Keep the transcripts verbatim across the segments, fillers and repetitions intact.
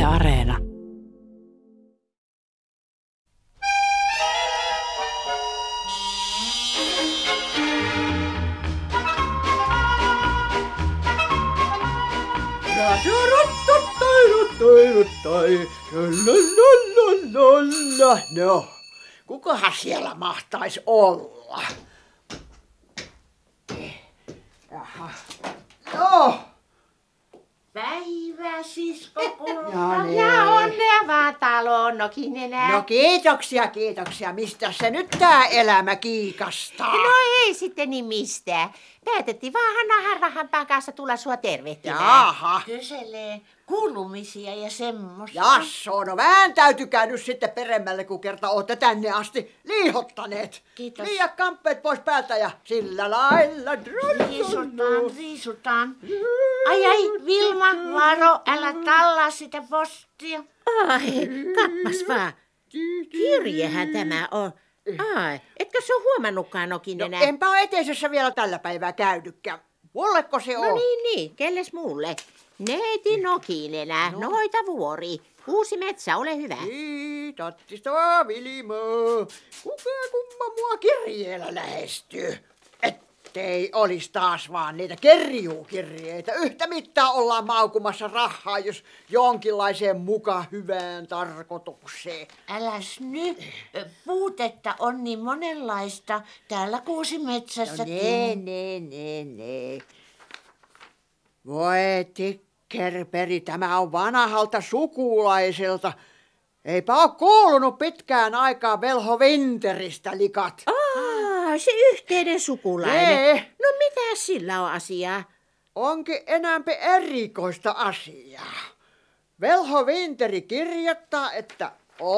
Areena. No, kukahan siellä mahtaisi olla? Jaha. No! Päivää, sisko kulta. No niin. Ja onnea vaan taloon, Nokinenä. No kiitoksia, kiitoksia. Mistä se nyt tää elämä kiikastaa? No ei sitten niin mistään. Päätettiin vaan Hanna Harrahanpään kanssa tulla sua tervehtimään. Jaha. Kyselee kuulumisia ja semmoista. Jasso, no vähän täytykää nyt sitten peremmälle, kun kerta ootte tänne asti liihottaneet. Kiitos. Liiat kamppeet pois päältä ja sillä lailla. Riisutaan, riisutaan. Ai ai, Vilma, varo, älä tallaa sitä postia. Ai, kappas vaan. Kirjehän tämä on. Ai, etkö se ole huomannutkaan, Nokinenä? No, enpä ole eteisessä vielä tällä päivää käynytkään. Mulleko se on? No niin, niin. Kelles muulle? Neiti Nokinenä, no. Noita vuori. Uusi metsä, ole hyvä. Kiitattista Vilma. Kuka kumma mua kirjeellä lähestyy? Ettei olis taas vaan niitä kerjuukirjeitä. Yhtä mittaa ollaan maukumassa rahaa, jos jonkinlaiseen muka hyvään tarkoitukseen. Äläs nyt. Puutetta on niin monenlaista täällä Kuusimetsässäkin. No nee, nee, nee, nee. Voi tikkerperi, tämä on vanhalta sukulaiselta. Eipä oo kuulunut pitkään aikaa velho Winteristä, likat. Aa, se yhteinen sukulainen. Nee. No mitä sillä on asiaa? Onkin enämpi erikoista asiaa. Velho Winteri kirjoittaa, että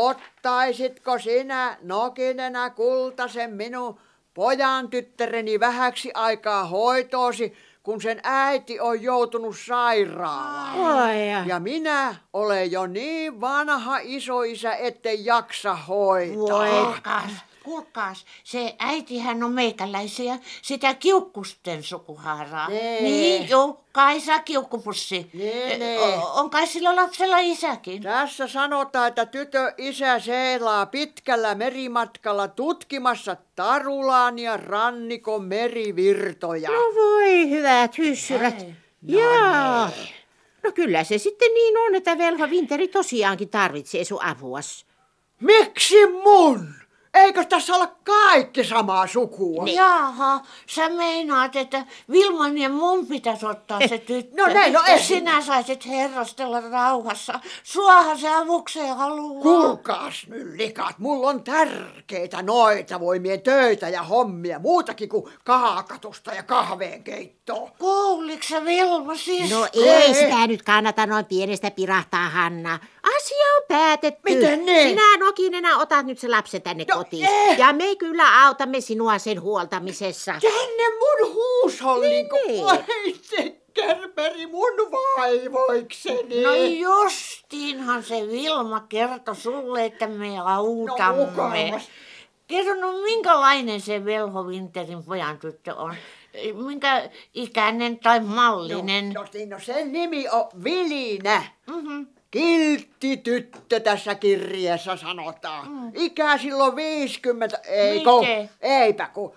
ottaisitko sinä Nokinenä kultasen minun pojan tyttäreni vähäksi aikaa hoitoosi, kun sen äiti on joutunut sairaalaan. Oi, ja. Ja minä olen jo niin vanha isoisä, ettei jaksa hoitaa. Voi. Kuulkaas, kuulkaas, se äitihän on meikäläisiä, sitä Kiukkusten sukuhaaraa. Nee. Niin, joo, Kaisa Kiukkupussi. Nee, nee. O- on kai sillä lapsella isäkin. Tässä sanotaan, että tytö isä seilaa pitkällä merimatkalla tutkimassa Tarulaan ja rannikon merivirtoja. No voi hyvät hyssyrät. Ei. Jaa. No niin. No kyllä se sitten niin on, että velho Winteri tosiaankin tarvitsee sun apuas. Miksi mun? Eikö tässä olla kaikki samaa sukua? Niin. Jaha, sä meinaat, että Vilman ja mun pitäisi ottaa se tyttö. No näin, no ja ei. sinä saisit herrastella rauhassa. Suohan se avukseen haluaa. Kuulkaas nyt, likat, mulla on tärkeitä noita voimien töitä ja hommia, muutakin kuin kaakatusta ja kahveenkeittoa. Kuuliko sä Vilma siis? No Ei. ei sitä nyt kannata noin pienestä pirahtaa, Hanna. Asia on päätetty. Miten niin? Sinä Nokinenä otat nyt se lapsen tänne No, kotiin. ei. Ja me kyllä autamme sinua sen huoltamisessa. Tänne mun huusholliin, kun Niin. voi se kerperi mun vaivoikseni. No justiinhan se Vilma kertoi sulle, että me autamme. No, mukamas. Kerro, no minkälainen se velho Winterin pojan tyttö on? Minkä ikäinen tai mallinen? No, no, niin, no sen nimi on Vilinä. Mm-hmm. Kiltti tyttö tässä kirjeessä sanotaan. Mm. Ikä silloin viisikymmentä, ei Miten? kun, eipä kun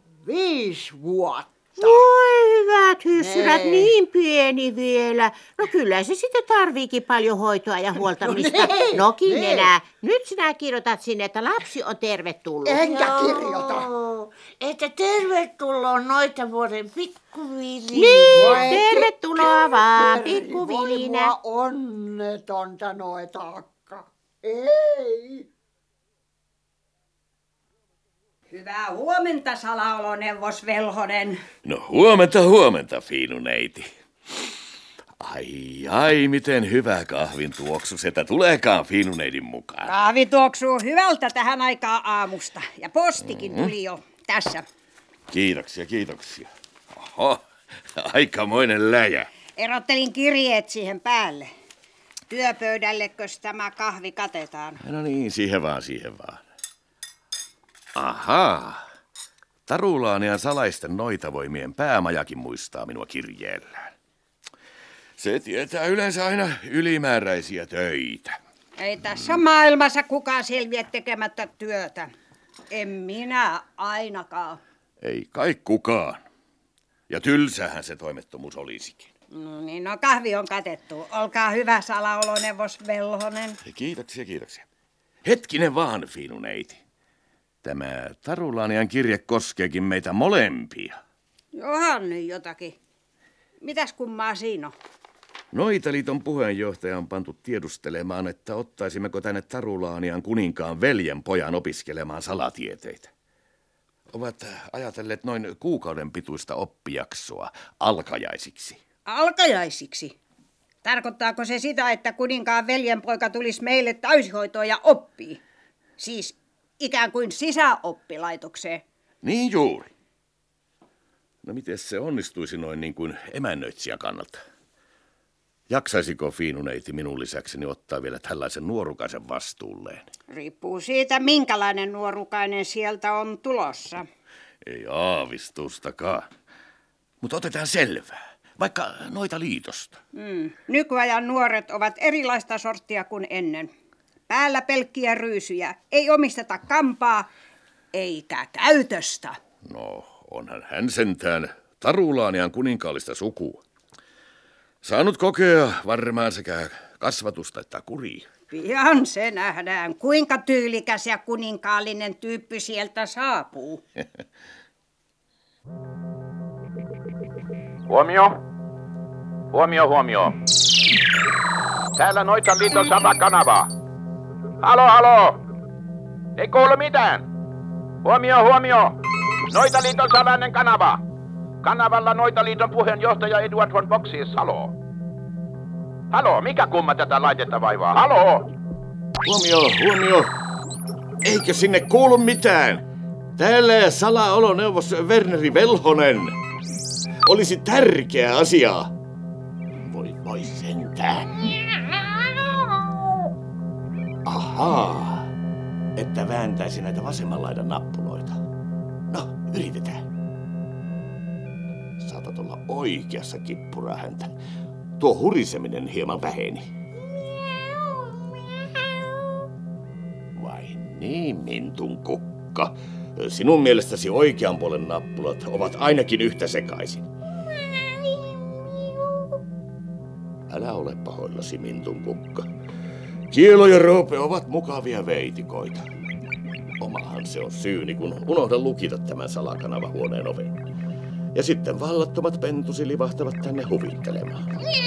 viisi vuotta. Voi hyvät hyssyrät, Nee. niin pieni vielä. No kyllä se sitten tarviikin paljon hoitoa ja huoltamista. No nee, Nokinenä, nyt sinä kirjoitat sinne, että lapsi on tervetullut. Enkä kirjoita. Joo, että tervetuloa noita vuoden pikkuviliin. Niin, Voi tervetuloa vaan, Kerperi, pikkuvilinä. Voi mua onnetonta noita akka. Ei. Hyvää huomenta, salaoloneuvos Velhonen. No huomenta, huomenta, Fiinu neiti. Ai, ai, miten hyvä kahvin tuoksu setä tuleekaan Fiinu neidin mukaan. Kahvi tuoksuu hyvältä tähän aikaan aamusta. Ja postikin Mm-hmm. tuli jo tässä. Kiitoksia, kiitoksia. Oho, aikamoinen läjä. Erottelin kirjeet siihen päälle. Työpöydällekös tämä kahvi katetaan? No niin, siihen vaan, siihen vaan. Ahaa. Tarulaan ja salaisten noitavoimien päämajakin muistaa minua kirjeellään. Se tietää yleensä aina ylimääräisiä töitä. Ei tässä maailmassa kukaan selviä tekemättä työtä. En minä ainakaan. Ei kai kukaan. Ja tylsähän se toimettomuus olisikin. No niin, no kahvi on katettu. Olkaa hyvä, salaoloneuvos Velhonen. Kiitoksia, kiitoksia. Hetkinen vaan, fiinuneiti. Tämä Tarulaanian kirje koskeekin meitä molempia. Johan nyt jotakin. Mitäs kummaa siinä on? Noitaliiton puheenjohtaja on pantu tiedustelemaan, että ottaisimmeko tänne Tarulaanian kuninkaan veljen pojan opiskelemaan salatieteitä. Ovat ajatelleet noin kuukauden pituista oppijaksoa alkajaisiksi. Alkajaisiksi? Tarkoittaako se sitä, että kuninkaan veljenpoika tulisi meille täyshoitoon ja oppii? Siis ikään kuin sisäoppilaitokseen. Niin juuri. No miten se onnistuisi noin niin kuin emännöitsijän kannalta? Jaksaisiko fiinuneiti minun lisäkseni ottaa vielä tällaisen nuorukaisen vastuulleen? Riippuu siitä, minkälainen nuorukainen sieltä on tulossa. Ei aavistustakaan. Mutta otetaan selvää. Vaikka noita liitosta. Mm. Nykyajan nuoret ovat erilaista sorttia kuin ennen. Päällä pelkkiä ryysyjä. Ei omisteta kampaa, eikä käytöstä. No, onhan hän sentään Tarulaanian kuninkaallista sukua. Saanut kokea varmaan sekä kasvatusta että kuria. Pian se nähdään, kuinka tyylikäs ja kuninkaallinen tyyppi sieltä saapuu. Huomio. Huomio, huomio. Täällä Noitaliiton salakanava. Halo, halo. Ei kuulu mitään. Huomio, huomio. Noitaliiton salainen kanava. Kanavalla Noitaliiton puheenjohtaja Edward von Boxis, halo. Halo, mikä kumma tätä laitetta vaivaa? Halo. Huomio, huomio. Eikö sinne kuulu mitään? Täällä salaoloneuvos Werneri Velhonen. Olisi tärkeä asia. Voi voi sentään. Ahaa. Että vääntäisi näitä vasemman laidan nappuloita. No, yritetään. Saatat olla oikeassa, kippura häntä. Tuo huriseminen hieman väheni. Vai niin, Mintun kukka. Sinun mielestäsi oikean puolen nappulat ovat ainakin yhtä sekaisin. Älä ole pahoillasi, Mintun kukka. Kielo ja roope ovat mukavia veitikoita. Omahan se on syyni, kun unohdan lukita tämän salakanavahuoneen oven. Ja sitten vallattomat pentusi livahtavat tänne huvittelemaan.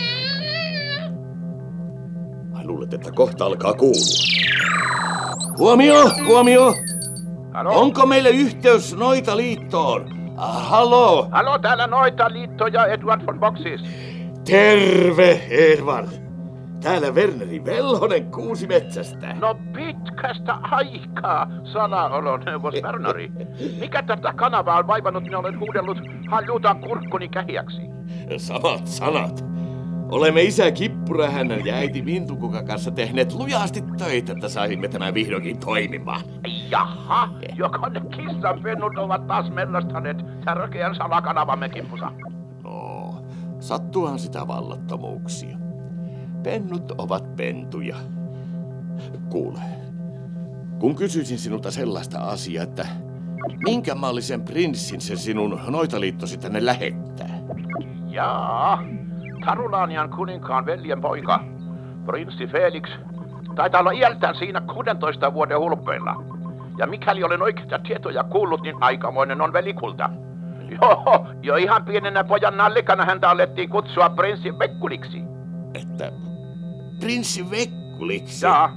Ai luulet, että kohta alkaa kuulua. Huomio, huomio! Halo? Onko meille yhteys Noitaliittoon? Ah, halo! Halo, täällä Noitaliitto ja Edward von Boxis. Terve, Edward. Täällä Werneri Velhonen Kuusimetsästä. No pitkästä aikaa, salaoloneuvos Werneri. Mikä tätä kanavaa on vaivannut, minä olen huudellut haljuutan kurkkuni kähiäksi. Samat sanat. Olemme isä Kippurahännän ja äiti Mintukukan kanssa tehneet lujasti töitä, että saisimme tämän vihdoinkin toimimaan. Jaha, joko ne kissanpennut ovat taas mellastaneet tärkeän salakanavamme kimpussa? No, sattuuhan sitä vallattomuuksia. Pennut ovat pentuja. Kuule, kun kysyisin sinulta sellaista asiaa, että minkä mallisen prinssin se sinun Noitaliittosi tänne lähettää? Jaa, Tarulaanian kuninkaan veljen poika, prinssi Felix, taitaa olla iältään siinä kuudentoista vuoden hulppeilla. Ja mikäli olen oikeita tietoja kuullut, niin aikamoinen on velikulta. Joo, jo ihan pienenä pojan nallikana häntä alettiin kutsua prinssi Vekkuliksi. Että prinssi Vekkuliksi? Jaa.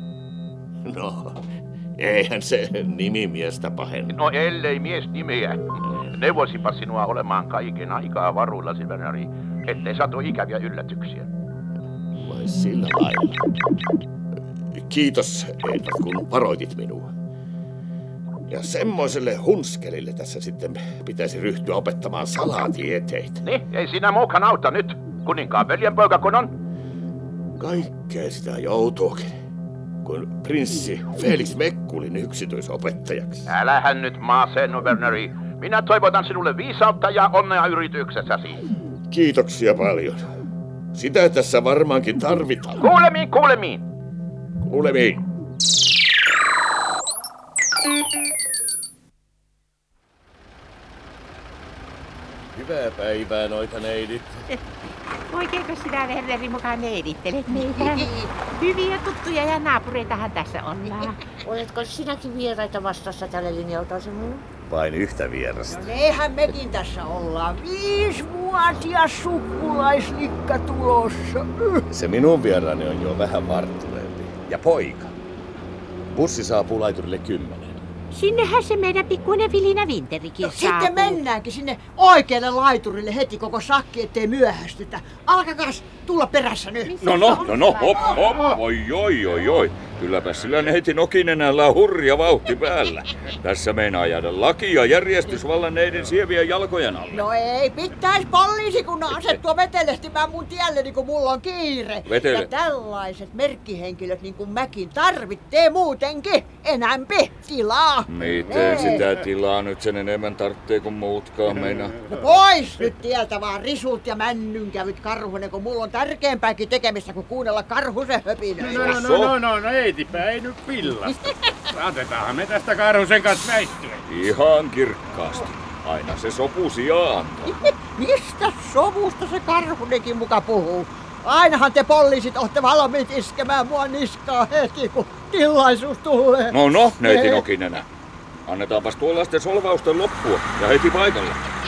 No, eihän se nimimiestä pahenna. No ellei mies nimeä. Neuvosipa sinua olemaan kaiken aikaa varuillasi, Werneri, ettei satu ikäviä yllätyksiä. Vai sillä lailla? Kiitos, Edward, kun varoitit minua. Ja semmoiselle hunskelille tässä sitten pitäisi ryhtyä opettamaan salatieteitä. Niin, ei siinä muukaan auta nyt, kuninkaan veljenpoika kun on. Kaikkea sitä joutuukin, kun prinssi Felix Vekkulin yksityisopettajaksi. Älähän nyt maasennu, Werneri. Minä toivotan sinulle viisautta ja onnea yrityksessäsi. Kiitoksia paljon. Sitä tässä varmaankin tarvitaan. Kuulemiin, kuulemiin. Kuulemiin. Hyvää päivää noita neidit. Oikeinko sinä, Werneri, mukaan neidittelet meitä? Hyviä tuttuja ja naapureitahan tässä ollaan. Oletko sinäkin vieraita vastassa tälle linjalta sinuun? Vain yhtä vierasta. No eihän mekin tässä ollaan. Viisivuotias sukulaislikka tulossa. Se minun vieraani on jo vähän varttuneempi. Ja poika. Bussi saapuu laiturille kymmenen. Sinnehän se meidän pikkuinen Vilinä Vinterikin No, saapuu. sitten mennäänkin sinne oikealle laiturille heti koko sakki, ettei myöhästytä. Alkakaas tulla perässä nyt. No no, no no, hop hop, oi oi oi oi. Kylläpä sillä neiti Nokinenällä on hurja vauhti päällä. Tässä meinaa jäädä laki ja järjestys vallanneiden sievien jalkojen alle. No ei pitäis poliisikunnan asettua vetelehtimään mun tielleni, kun mulla on kiire. Vetele- Ja tällaiset merkkihenkilöt niin kuin mäkin tarvittee muutenkin enämpi tilaa. Miten sitä tilaa nyt sen enemmän tarvitsee kuin muutkaan meinaa? No pois nyt tieltä vaan risut ja männynkävyt Karhunen, kun mulla on tärkeämpääkin tekemistä kuin kuunnella Karhusen höpinöitä. No, no, no, no, no, no, neitipä ei nyt pillasta. Saatetaanhan me tästä Karhusen kanssa väittyä. Ihan kirkkaasti. Aina se sopu sijaan antaa. Mistä sovusta se Karhunenkin muka puhuu? Ainahan te poliisit olette valmiit iskemään mua niskaa heti, kun tilaisuus tulee. No no, neiti Ei. Nokinenä. Annetaanpas tuollaisten solvausten loppua ja heti paikalle.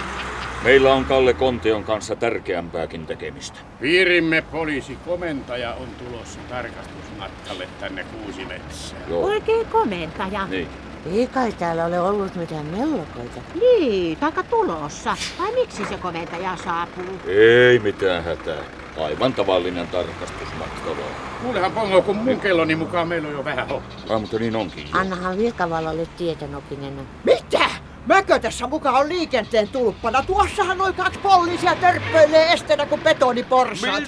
Meillä on Kalle Kontion kanssa tärkeämpääkin tekemistä. Piirimme poliisikomentaja on tulossa tarkastusmatkalle tänne Kuusimetsään. Joo, Oikein komentaja. niin. Ei kai täällä ole ollut mitään mellokoita. Niin, taika tulossa. Vai miksi se komentaja saapuu? Ei mitään hätää. Aivan tavallinen tarkastusmatka vaan. Kuulehan Pongo, kun mun kelloni mukaan meillä on jo vähän hoppaa. Ah, mutta niin onkin. Annahan virkavallalle tietä, Nokinen. Mitä? Mäkö tässä mukaan on liikenteen tulppana? Tuossahan noin kaksi poliisia törppöilee esteenä kuin betoniporsaat.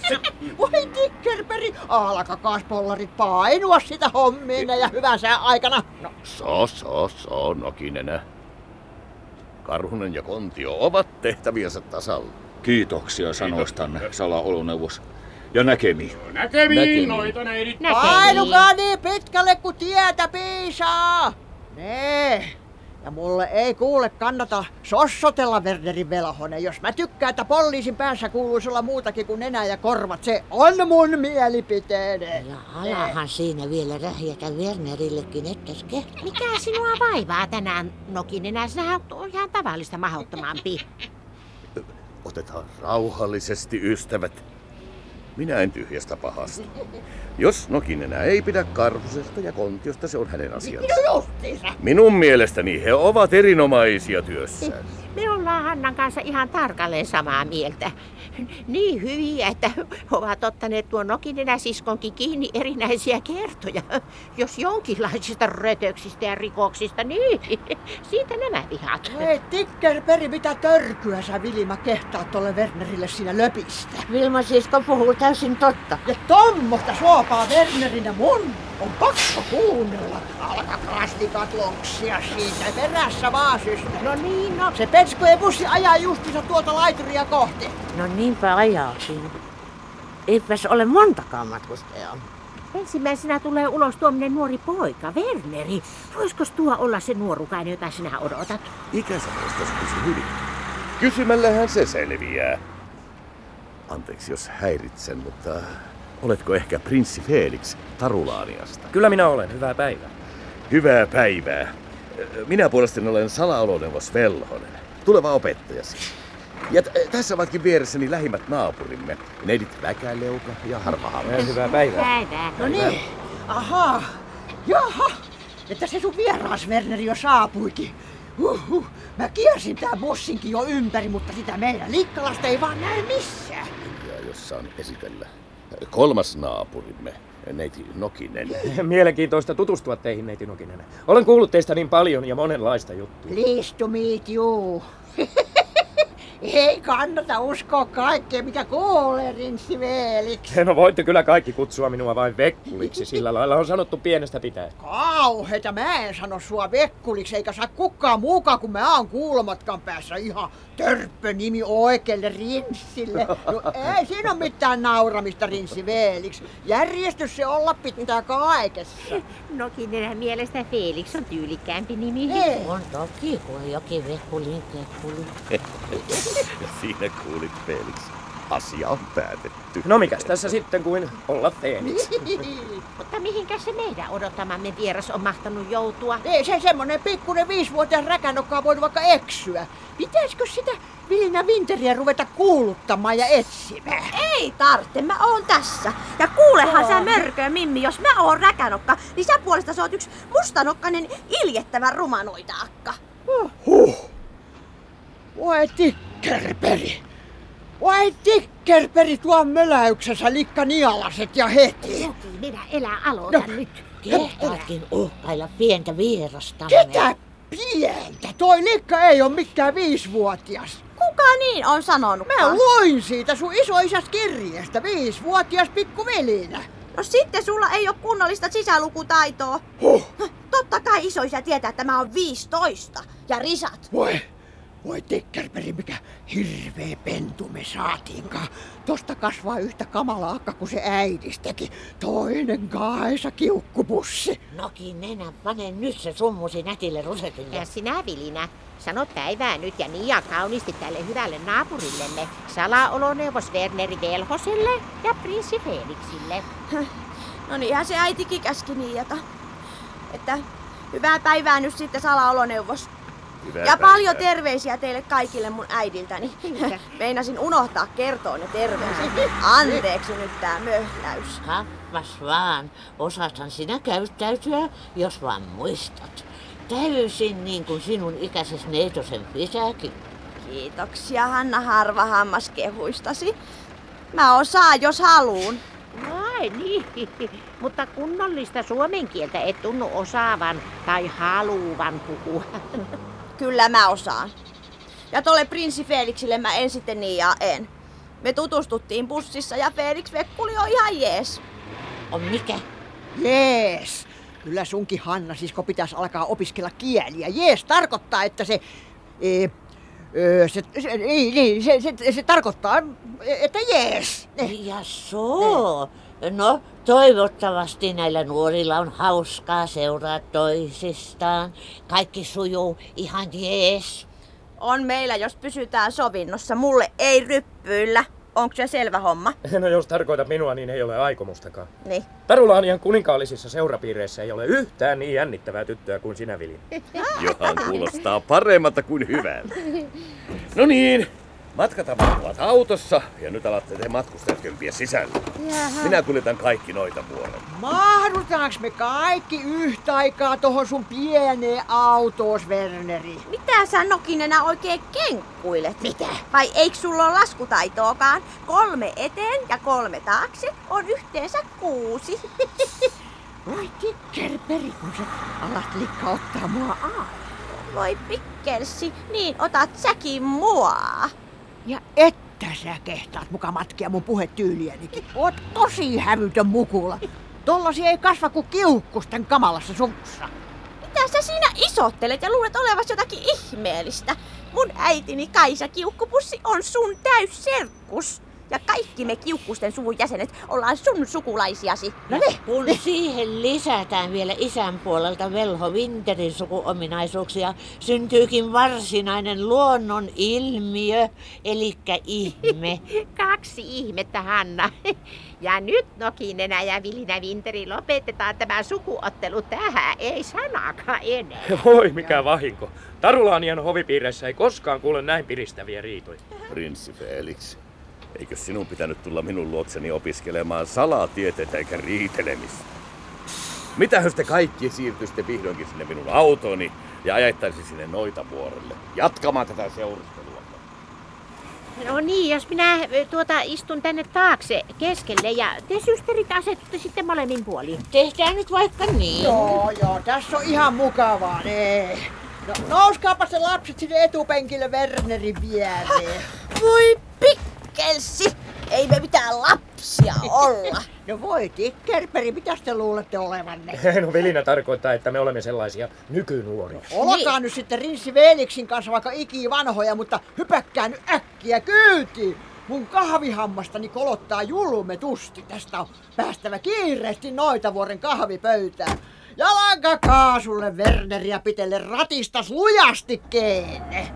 Voi tikkerperi, alkakaas pollarit painua sitä hommiina ja hyvän sään aikana. No, So, so, so, Nokinenä. Karhunen ja Kontio ovat tehtäviensä tasalla. Kiitoksia sanoistanne, salaoloneuvos. Ja näkemiin. Näkemiin, Näkemiin. noita neidit. painukaa niin pitkälle kuin tietä piisaa. Nee. Ja mulle ei kuule kannata sossotella, Wernerin velhonen. Jos mä tykkään, että poliisin päässä kuuluisi olla muutakin kuin nenä ja korvat, se on mun mielipiteeni. Ja alahan siinä vielä rähjätä Wernerillekin, ettäs kehtä. Mikä sinua vaivaa tänään, Nokinen? Sinähän on ihan tavallista mahdottomampi. Otetaan rauhallisesti, ystävät. Minä en tyhjästä pahasta. Jos Nokinenä ei pidä Karhusesta ja Kontiosta, se on hänen asiansa. No justiinsa. Minun mielestäni he ovat erinomaisia työssään. Me ollaan Hannan kanssa ihan tarkalleen samaa mieltä. Niin hyviä, että ovat ottaneet tuon Nokinenä siskonkin kiinni erinäisiä kertoja. Jos jonkinlaisista rötöksistä ja rikoksista, niin siitä nämä vihat. Ei tikkerperi, mitä törkyä sä, Vilma, kehtaat tolle Wernerille siinä löpistä. Vilma sisko puhuu täysin totta. Ja tommoista suopaa Wernerin ja mun on pakko kuunnella. Alkakaas likat lonksia siitä perässä vaan, syster. No niin, no. Se Petskujen bussi ajaa justiinsa tuota laituria kohti. No niinpä ajaakin. Eipäs ole montakaan matkustajaa. Ensimmäisenä tulee ulos tuominen nuori poika, Werneri. Voisiko tuo olla se nuorukainen, jota sinä odotat? Ikänsä muistas kysy hyvin. Kysymällähän se selviää. Anteeksi, jos häiritsen, mutta oletko ehkä prinssi Felix Tarulaaniasta? Kyllä minä olen. Hyvää päivää. Hyvää päivää. Minä puolestani olen salaoloneuvos Velhonen, tuleva opettajasi. Ja t- tässä ovatkin vieressäni lähimmät naapurimme, neidit Väkäleuka ja Harmahammas. Eh, Hyvää päivää. Päivää. No niin. Ahaa. Jaha. Että se sun vieraas Werneri jo saapuikin. Huhhuh. Mä kiersin tää bussinkin jo ympäri, mutta sitä meidän Likkalasta ei vaan näy missään. Ja jos saan esitellä. Kolmas naapurimme, neiti Nokinen. Mielenkiintoista tutustua teihin, neiti Nokinen. Olen kuullut teistä niin paljon ja monenlaista juttua. Pleased to meet you. Ei kannata uskoa kaikkea, mikä kuulee, Rinssi Felix. No voitte kyllä kaikki kutsua minua vain Vekkuliksi, sillä lailla on sanottu pienestä pitäen. Kauheeta, mä en sano sua Vekkuliksi, eikä saa kukaan muukaan, kun mä oon kuulomatkan päässä ihan törppönimi oikealle Rinssille. No ei siinä ole mitään nauramista, Rinssi Felix. Järjestys se olla pitää kaikessa. Nokinen mielestä Felix on tyylikkäämpi nimi. Ei. On toki, kun on jokin Vekkulin kekkuli. Siinä kuulit, Felix. Asia on päätetty. No mikäs tässä sitten kuin olla Feenix? Mutta mihinkäs se meidän odottamamme vieras on mahtanut joutua? Ei se semmonen pikkuinen viisivuotias räkänokka voi vaikka eksyä. Pitäisikö sitä Vilina Winteriä ruveta kuuluttamaan ja etsimään? Ei tarvitse, mä oon tässä. Ja kuulehan sä mörköä, Mimmi, jos mä oon räkänokka, niin sä puolesta sä oot yksi mustanokkainen iljettävä rumanoita-akka. Huh. Voi tikkerperi. Voi tikkerperi tuon möläyksessä likka nialaset ja heti. Joki, minä elää aloita no. nyt. Kehtaatkin uhkailla pientä vierastamme. Ketä pientä? Toi likka ei oo mikään viisivuotias. Kuka niin on sanonut? Mä luin siitä sun isoisas kirjeestä, viisivuotias pikku Vilina. No sitten sulla ei oo kunnollista sisälukutaitoa. Huh. Totta kai isoisä tietää, että mä oon viisitoista. Ja risat. Voi, voi tikkerperi, mikä hirveä pentu me saatiinkaan. Tosta kasvaa yhtä kamala akka kuin se äidistäkin. Toinen Kaisa kiukkupussi. Nokin nenä, pane nyt se summusi nätille rusetille. Ja sinä, Vilina, sano päivää nyt ja niin ja kauniisti tälle hyvälle naapurillemme, salaoloneuvos Werneri Velhoselle ja prinssi Felixille. No niinhän se äitikin käski niiata. Että hyvää päivää nyt sitten salaoloneuvos. Hyvää ja päivää. paljon terveisiä teille kaikille mun äidiltäni. Meinasin unohtaa kertoa ne terveiset. Anteeksi nyt tää möhläys. Kappas vaan, osaathan sinä käyttäytyä, jos vaan muistat. Täysin niin kuin sinun ikäises neitosen pitäkin. Kiitoksia Hanna Harvahammas kehuistasi. Mä osaan, jos haluun. Ai niin, mutta kunnollista suomen kieltä et tunnu osaavan tai haluvan puhua. Kyllä mä osaan. Ja tolle prinssi Felixille mä en sitten niin ja en. Me tutustuttiin bussissa ja Felix Vekkuli on ihan jees. On mikä? Jees. Kyllä sunkin Hanna sisko pitäisi alkaa opiskella kieliä. Jees tarkoittaa, että se... E, e, se, se, niin, niin, se, se, se tarkoittaa, että jees. Ja soo. No, toivottavasti näillä nuorilla on hauskaa seuraa toisistaan. Kaikki sujuu ihan jees. On meillä, jos pysytään sovinnossa. Mulle ei ryppyillä. Onko se selvä homma? No jos tarkoitat minua, niin ei ole aikomustakaan. Niin. Tarulaanian kuninkaallisissa seurapiireissä ei ole yhtään niin jännittävää tyttöä kuin sinä, Vilin. Johan kuulostaa paremmalta kuin hyvältä. No niin, matkatavat ovat autossa ja nyt alatte te matkustajat kömpiä sisällä. Jaha. Minä kuljetan kaikki noita vuorolla. Mahdutaanko me kaikki yhtä aikaa tohon sun pieneen autoos, Werneri? Mitä sä Nokinenä oikein kenkkuilet? Mitä? Vai eikö sulla ole laskutaitoakaan? Kolme eteen ja kolme taakse on yhteensä kuusi. Voi tikkerperi, kun sä alat likka ottaa mua aan. Voi pikkelsi, niin otat säkin mua. Ja että sä kehtaat muka matkia mun puhetyyliänikin. Oot tosi hävytön mukula. Tollasia ei kasva kuin kiukkusten kamalassa suvussa. Mitä sä siinä isottelet ja luulet olevas jotakin ihmeellistä? Mun äitini Kaisa Kiukkupussi on sun täysserkkus. Ja kaikki me kiukkusten suvun jäsenet ollaan sun sukulaisiasi. No niin. Kun siihen lisätään vielä isän puolelta Velho Winterin sukuominaisuuksia, syntyykin varsinainen luonnon ilmiö, elikkä ihme. Kaksi ihmettä, Hanna. Ja nyt Nokinenä ja Vilina Winteri lopetetaan tämä sukuottelu tähän. Ei sanakaan enää. Voi mikä vahinko. Tarulaanian hovipiireissä ei koskaan kuule näin piristäviä riitoja. Prinssi Felix, eikö sinun pitänyt tulla minun luokseni opiskelemaan salatieteitä eikä riitelemistä? Mitähän te kaikki siirtyisitte vihdoinkin sinne minun autooni ja ajattaisi sinne Noitavuorelle jatkamaan tätä seurustelua? No niin, jos minä tuota istun tänne taakse keskelle ja te systerit asetutte sitten molemmin puolin. Tehdään nyt vaikka niin. Joo, joo, tässä on ihan mukavaa, nee. No, nouskaapa se lapset sinne etupenkille Wernerin viereen. Voi pikkelsi! Ei me mitään lapsia olla. No voi Tikkerperi, mitä te luulette olevanne? No Vilina tarkoittaa, että me olemme sellaisia nykynuoria. Olkaa niin. Nyt sitten Rinssi Veeliksin kanssa vaikka iki vanhoja, mutta hypäkkää nyt äkkiä kyytiin. Mun kahvihammastani kolottaa julmetusti. Tästä on päästävä kiireesti Noitavuoren kahvipöytään. Jalanka kaasulle Werneriä pitelle ratistas lujasti keenne.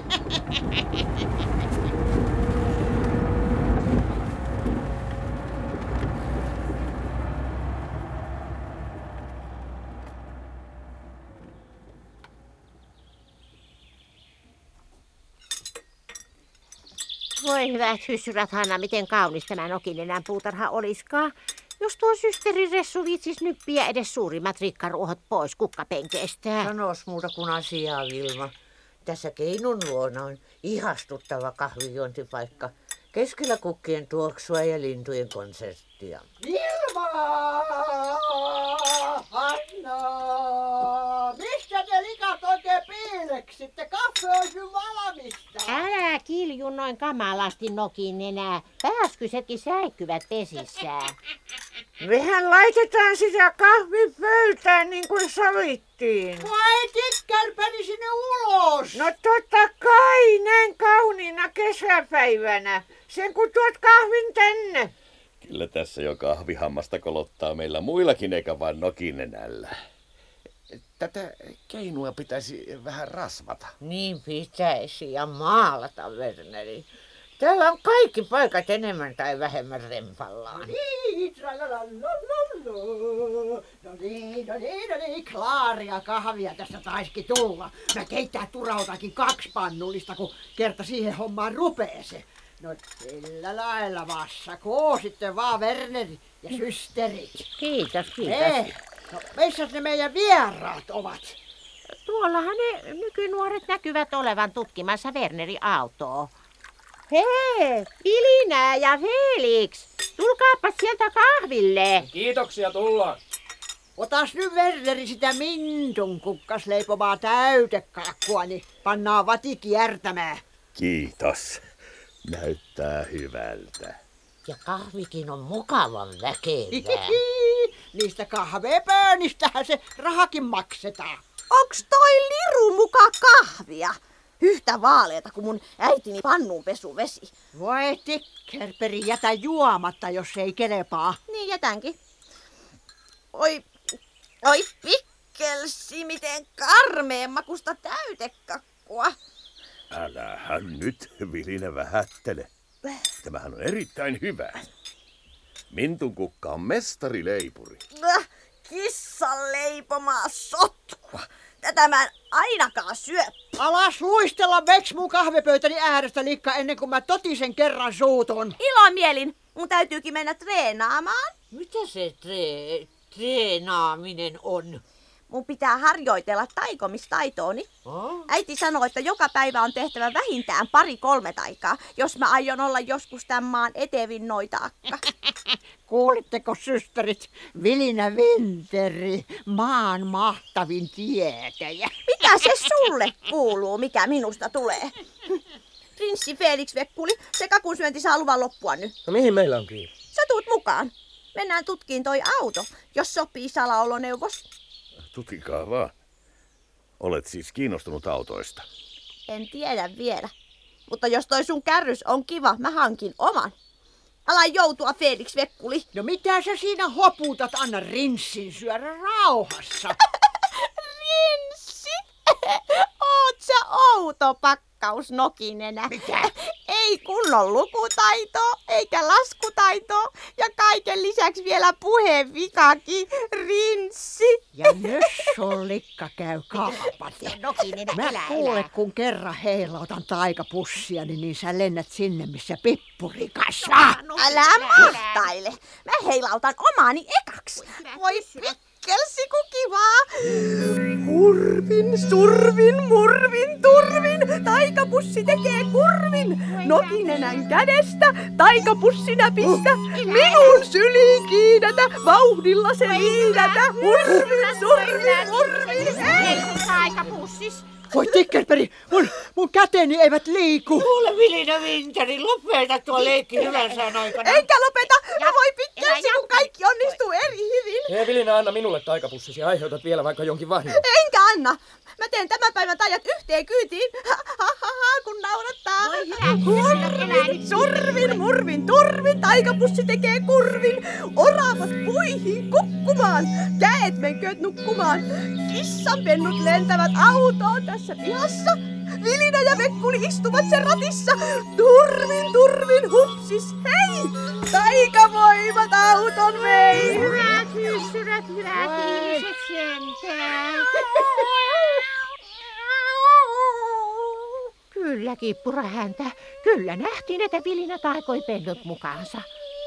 Voi hyvät hyssyrät, Hanna, miten kaunis tämä Nokinenän puutarha oliskaan. Jos tuo systeri Ressu viitsis nyppiä edes suurimmat rikkaruohot pois kukkapenkeestään. Sanois muuta kuin asiaa, Vilma. Tässä Keinun luona on ihastuttava kahvijuontipaikka. Keskellä kukkien tuoksua ja lintujen konserttia. Vilma! Hanna! Missä te likat oikein piileksitte? Kaffe on jo valmista. Älä kilju noin kamalasti Nokinenää. Pääskysetkin säikkyvät pesissään. Mehän laitetaan sitä kahvipöytään niin kuin sovittiin. Vai Tikkerperi sinne ulos? No totta kai, näin kauniina kesäpäivänä. Sen kun tuot kahvin tänne. Kyllä tässä jo kahvihammasta kolottaa meillä muillakin eikä vain Nokinenällä. Tätä keinua pitäisi vähän rasvata. Niin pitäisi ja maalata, Werneri. Täällä on kaikki paikat enemmän tai vähemmän rempallaan. Niin, no niin, no niin, no niin, klaaria kahvia tästä taisikin tulla. Mä keittää turautakin kaksi pannullista, kun kerta siihen hommaan rupee se. No sillä lailla vassakoo sitten vaan Werneri ja systerit. Kiitos, kiitos. Ei, no missäs ne meidän vieraat ovat? Tuollahan ne nykynuoret näkyvät olevan tutkimassa Wernerin autoa. Hei, Vilinä ja Felix, tulkaapas sieltä kahville. Kiitoksia, tullaan. Otas nyt Werneri sitä mintun kukkasleipomaa täytekakkua, niin pannaan vati kiertämään. Kiitos. Näyttää hyvältä. Ja kahvikin on mukavan väkevää. Niistä kahvepöönistähän se rahakin maksetaan. Onks toi liru muka kahvia? Yhtä vaaleeta kuin mun äitini pannunpesuvesi. Voi Tikkerperi, jätä juomatta, jos ei kelepaa. Niin jätänkin. Oi, oi pikkelsi, miten karmeen makusta täytekakkua. Älähän nyt, Vilinä, vähättele. Tämähän on erittäin hyvä. Mintun kukka on mestarileipuri. Äh, kissan leipomaa sotkua. Tätä mä en ainakaan syö. Alas luistella veks mun kahvipöytäni äärestä, Likka, ennen kuin mä totisen kerran suutun. Ilomielin. Mun täytyykin mennä treenaamaan. Mitä se tre- treenaaminen on? Mun pitää harjoitella taikomistaitooni. Oh. Äiti sanoo, että joka päivä on tehtävä vähintään pari-kolme taikaa, jos mä aion olla joskus tämän maan etevin noitaakka. Kuulitteko, systerit? Vilinä Winteri, maan mahtavin tietäjä. Mitä se sulle kuuluu, mikä minusta tulee? Prinssi Felix Vekkuli, se kakunsyönti saa luvan loppua nyt. No mihin meillä on kiinni? Sä tuut mukaan. Mennään tutkiin toi auto, jos sopii salaoloneuvos. Tutkikaa vaan. Olet siis kiinnostunut autoista. En tiedä vielä. Mutta jos toi sun kärrys on kiva, mä hankin oman. Ala joutua, Felix Vekkuli. No mitä sä siinä hoputat? Anna Rinssin syödä rauhassa. Rinssi? Oot sä outo pakkaus Nokinenä. Mitä? Ei kunnon lukutaitoa, eikä laskutaitoa, ja kaiken lisäksi vielä puhevikakin. Rinssi. Ja nössön Likka käy kaupat. Nokinenä, Mä älä, kuule, älä. kun kerran heilautan taikapussia, niin, niin sä lennät sinne, missä pippuri kasvaa. Älä mahtaile. Mä heilautan omaani ekaksi. Voi pikkelsi ku kivaa. Hurvin, survin, murvin, turvin. Taikapussi tekee kurvin. Nokinenän kädestä taikapussi näpistä. Minun syliin kiinä liinätä, vauhdilla se liinätä. Hurvin, survin, hurvin, hei! Taikapussis. Voi Tikkelperi, mun, mun käteni eivät liiku. Kuule Vilina Winteri, lopeta tuo leikki hyvän sään aikana. Enkä lopeta, mä voin pitkäksi, kun kaikki onnistuu eri hyvin. Hei Vilina, anna minulle taikapussisi ja aiheutat vielä vaikka jonkin vahingon. Enkä anna. Mä teen tämän päivän tajat yhteen kyytiin. Ha, ha, ha, ha, kun naurattaa. Voi hyvä, survin, murvin, turvin, taikapussi tekee kurvin. Oravat puihin kukkumaan, käet menkööt nukkumaan. Kissanpennut lentävät autoon tässä pihassa. Vilina ja Vekkuli istuvat sen ratissa. Turvin, turvin, hupsis, hei! Taikavoimat auton vei. Hyvät hyssyrät, hyvät ihmiset sentään. Kyllä, kippurahäntä. Kyllä nähtiin, että Vilina taikoi pennut mukaansa.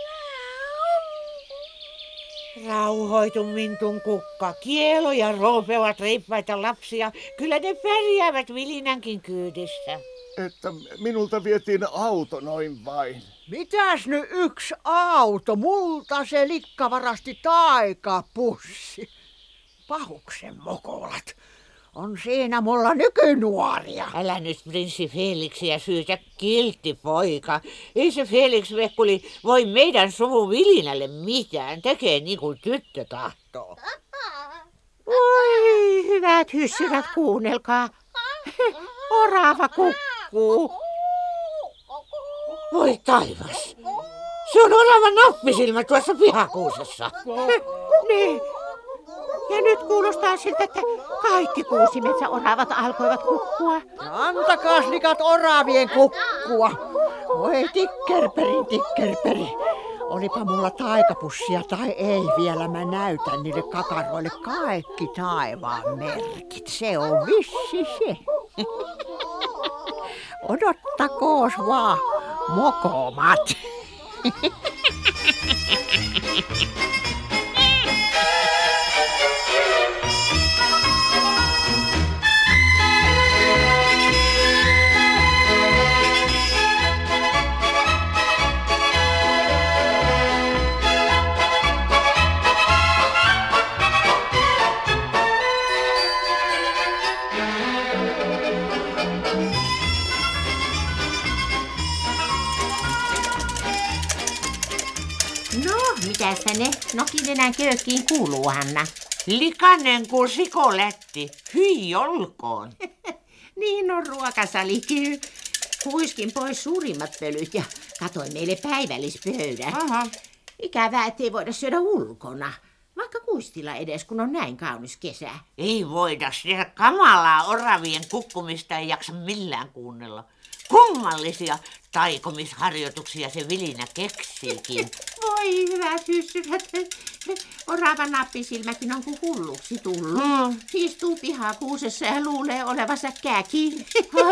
Rauhoitu Mintun kukka. Kielo ja Roope ovat reippaita lapsia. Kyllä ne pärjäävät Vilinänkin kyydissä. Että minulta vietiin auto noin vain. Mitäs nyt yksi auto? Multa se likka varasti taikapussi. Pahuksen mokolat. On siinä mulla nykynuoria. Älä nyt prinssi Feliksiä syytä, kiltti poika. Ei se Felix Vekkuli voi meidän suvun Vilinälle mitään. Tekee niin kuin tyttö tahtoo. Voi hyvät hyssyrät, kuunnelkaa. Orava kukkuu. Voi taivas. Se on orava nappisilmä tuossa pihakuusessa. Niin. Ja nyt kuulostaa siltä, että kaikki kuusimetsäoravat alkoivat kukkua. Antakaas likat oravien kukkua. Voi tikkerperin tikkerperi. Olipa mulla taikapussia tai ei, vielä mä näytän niille kakaroille kaikki taivaan merkit. Se on vissi se. Odottakoos vaan, mokomat. Mitäs ne nokinenän köökkiin kuuluu, Hanna? Likainen kuin sikolätti. Hyi olkoon. Niin on ruokasalikin. Huiskin pois suurimmat pölyt ja katoin meille päivällispöydän. Aha. Ikävää, ettei voida syödä ulkona. Vaikka kuistilla edes, kun on näin kaunis kesä. Ei voida. Sitä kamalaa oravien kukkumista ei jaksa millään kuunnella. Kummallisia taikomisharjoituksia se Vilinä keksiikin. Voi hyvät hyssyrät. Orava nappisilmäkin on kuin hulluksi tullut. Mm. Istuu pihakuusessa ja luulee olevansa käki.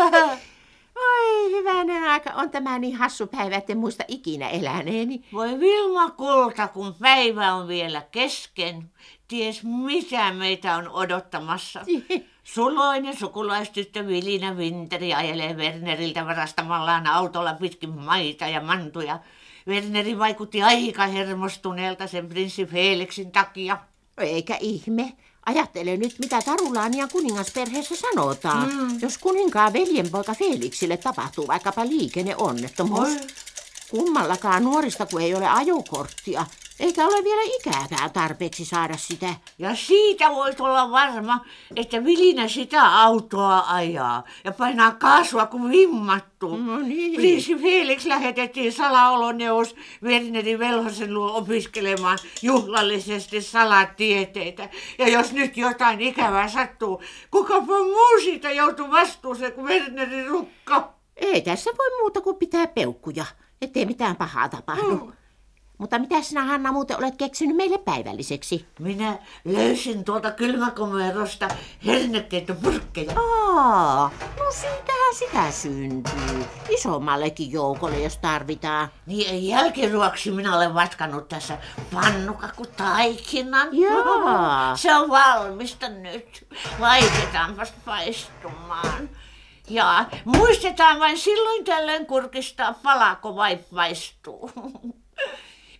Oi hyvänen aika, on tämä niin hassu päivä, etten muista ikinä eläneeni. Voi Vilma kulta, kun päivä on vielä kesken. Ties mitä meitä on odottamassa. Suloinen sukulaistyttö Vilina Winteri ajelee Werneriltä varastamallaan autolla pitkin maita ja mantuja. Werneri vaikutti aika hermostuneelta sen prinssi Felixin takia. Eikä ihme. Ajattele nyt, mitä Tarulaanian kuningasperheessä sanotaan, mm. jos kuninkaan veljenpoika Felixille tapahtuu vaikkapa liikenneonnettomuus. Oi. Kummallakaan nuorista, kun ei ole ajokorttia, eikä ole vielä ikääkään tarpeeksi saada sitä. Ja siitä voit olla varma, että Vilinä sitä autoa ajaa ja painaa kaasua kuin vimmattu. No niin. Prinssi Felix lähetettiin salaoloneuvos Wernerin velhosen luo opiskelemaan juhlallisesti salatieteitä. Ja jos nyt jotain ikävää sattuu, kukapa muu siitä joutuu vastuuseen kuin Wernerin rukka? Ei tässä voi muuta kuin pitää peukkuja, ettei mitään pahaa tapahdu. Mm. Mutta mitä sinä, Hanna, muuten olet keksinyt meille päivälliseksi? Minä löysin tuolta kylmäkomerosta hernekeitopurkkeja. Aa, no siitähän sitä syntyy. Isommallekin joukolle, jos tarvitaan. Niin jälkiruoksi minä olen vatkannut tässä pannukakutaikinan. Jaa. Se on valmista nyt. Laitetaanpas paistumaan. Ja muistetaan vain silloin tällöin kurkistaa, palako vai paistuu.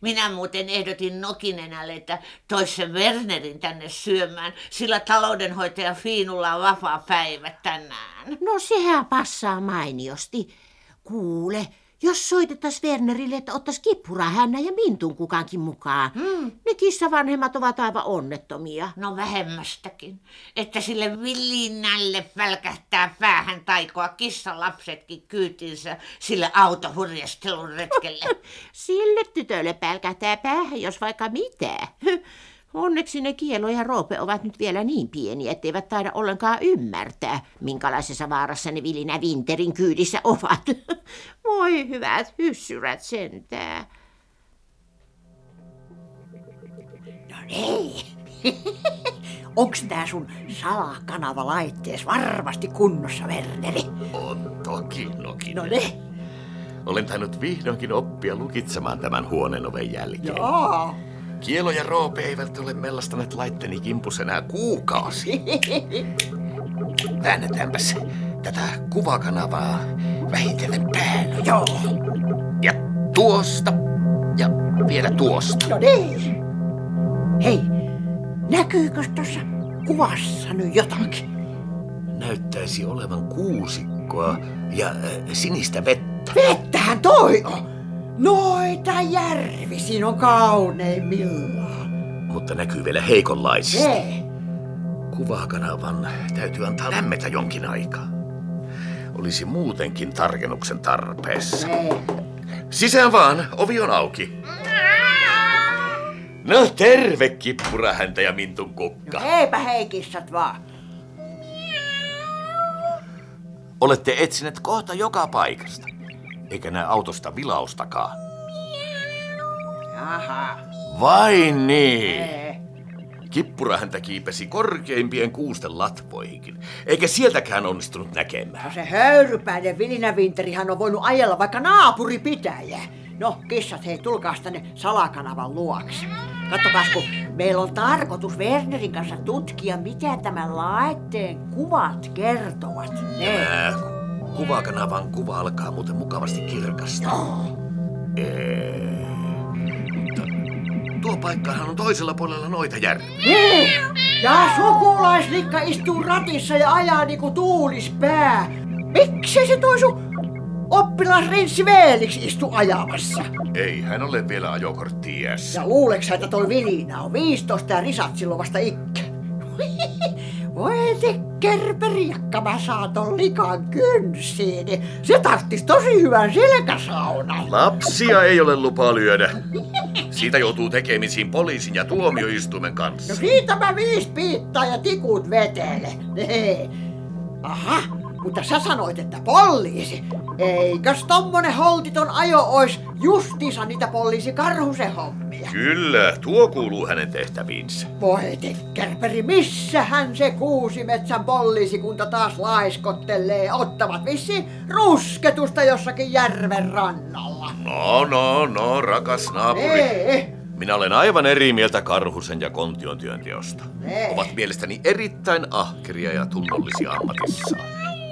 Minä muuten ehdotin Nokinenälle, että tois sen Wernerin tänne syömään, sillä taloudenhoitaja Fiinulla on vapaa päivä tänään. No sehän passaa mainiosti. Kuule, jos soitettaisiin Wernerille, että ottaisi Kippurahännä ja Mintun kukankin mukaan. Hmm. Ne kissavanhemmat ovat aivan onnettomia. No vähemmästäkin. Että sille Villinälle välkähtää päähän taikoa kissalapsetkin kyytinsä sille autohurjastelun retkelle. Sille tytölle pälkähtää päähän, jos vaikka mitä. Onneksi ne Kielo ja Roope ovat nyt vielä niin pieniä, etteivät taida ollenkaan ymmärtää, minkälaisessa vaarassa ne Vilinä Winterin kyydissä ovat. Voi hyvät hyssyrät sentään. No niin. Onks tää sun salakanavalaittees varmasti kunnossa, Werneri? On toki, Nokinen. No niin. Olen tainnut vihdoinkin oppia lukitsemaan tämän huoneen oven jälkeen. Joo. Kielo ja Roope eivät ole mellastaneet laitteeni kimpus enää kuukausi. Väännetäänpäs tätä kuvakanavaa vähitellen päälle. Joo. Ja tuosta ja vielä tuosta. No niin. Hei, näkyykö tuossa kuvassa nyt jotakin? Näyttäisi olevan kuusikkoa ja äh, sinistä vettä. Vettähän toi on! Noita järvi, siinä on kauneimmillaan. Mutta näkyy vielä heikonlaisesti. Ei. Kuvakanavan täytyy antaa lämmetä jonkin aikaa. Olisi muutenkin tarkennuksen tarpeessa. Ei. Sisään vaan, ovi on auki. No terve, Kippurahäntä ja Mintun kukka. No heipä hei, kissat vaan. Olette etsineet kohta joka paikasta. Eikä näe autosta vilaustakaan. Jaha. Vai niin? Ei. Kippurahäntä kiipesi korkeimpien kuusten latvoihinkin, eikä sieltäkään onnistunut näkemään. No se höyrypäinen Vilinä Winterihan on voinut ajella vaikka naapuripitäjää. No, kissat, hei, tulkaas tänne salakanavan luokse. Kattokaas, kun meillä on tarkoitus Wernerin kanssa tutkia, mitä tämän laitteen kuvat kertovat. Nämä kuvakanavan kuva alkaa muuten mukavasti kirkasta. Joo. Ee... Tuo paikkahan on toisella puolella noita järviä. Niin. Ja sukulaislikka istuu ratissa ja ajaa niinku tuulispää. Miksi se toi sun oppilas Renssi Veeliksi istu ajamassa? Ei hän ole vielä ajokorttia iässä. Ja luuleks sä, että toi Vilina on viisitoista ja risat silloin vasta ikkä? Voi te kerperiakka, mä saan ton likan kynsiin. Se tarttis tosi hyvän selkäsaunan. Lapsia ei ole lupa lyödä. Siitä joutuu tekemisiin poliisin ja tuomioistuimen kanssa. No siitä mä viis piittaa ja tikut vetele. Nee. Aha, mutta sä sanoit, että poliisi. Eikös tommonen holtiton ajo ois justiinsa niitä poliisi Karhusen hommia? Kyllä, tuo kuuluu hänen tehtäviinsä. Voi tekkerperi, missähän se Kuusimetsän poliisikunta taas laiskottelee? Ottavat vissiin rusketusta jossakin järven rannalla. No, no, no, rakas naapuri. Ei. Minä olen aivan eri mieltä Karhusen ja Kontion työnteosta. Ei. Ovat mielestäni erittäin ahkeria ja tunnollisia ammatissaan.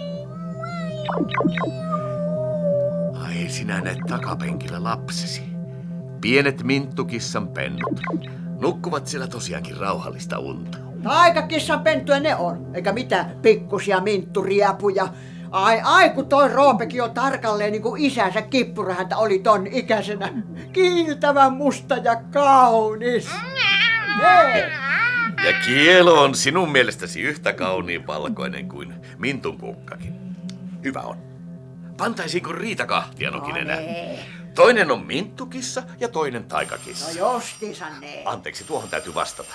Ai, sinä näet takapenkillä lapsesi. Pienet minttukissan pennut. Nukkuvat siellä tosiaankin rauhallista unta. Taikakissan penttuja ne on, eikä mitään pikkusia mintturiapuja. Ai, ai, kun toi Roopekin on tarkalleen niin kuin isänsä Kippurahäntä oli ton ikäisenä. Kiiltävän musta ja kaunis. Hei. Ja Kielo on sinun mielestäsi yhtä kauniin valkoinen kuin Mintun kukkakin. Hyvä on. Pantaisiinko Riita kahtia, Nokinenä? No nee. Toinen on minttukissa ja toinen taikakissa. No justiinsa ne. Anteeksi, tuohon täytyy vastata.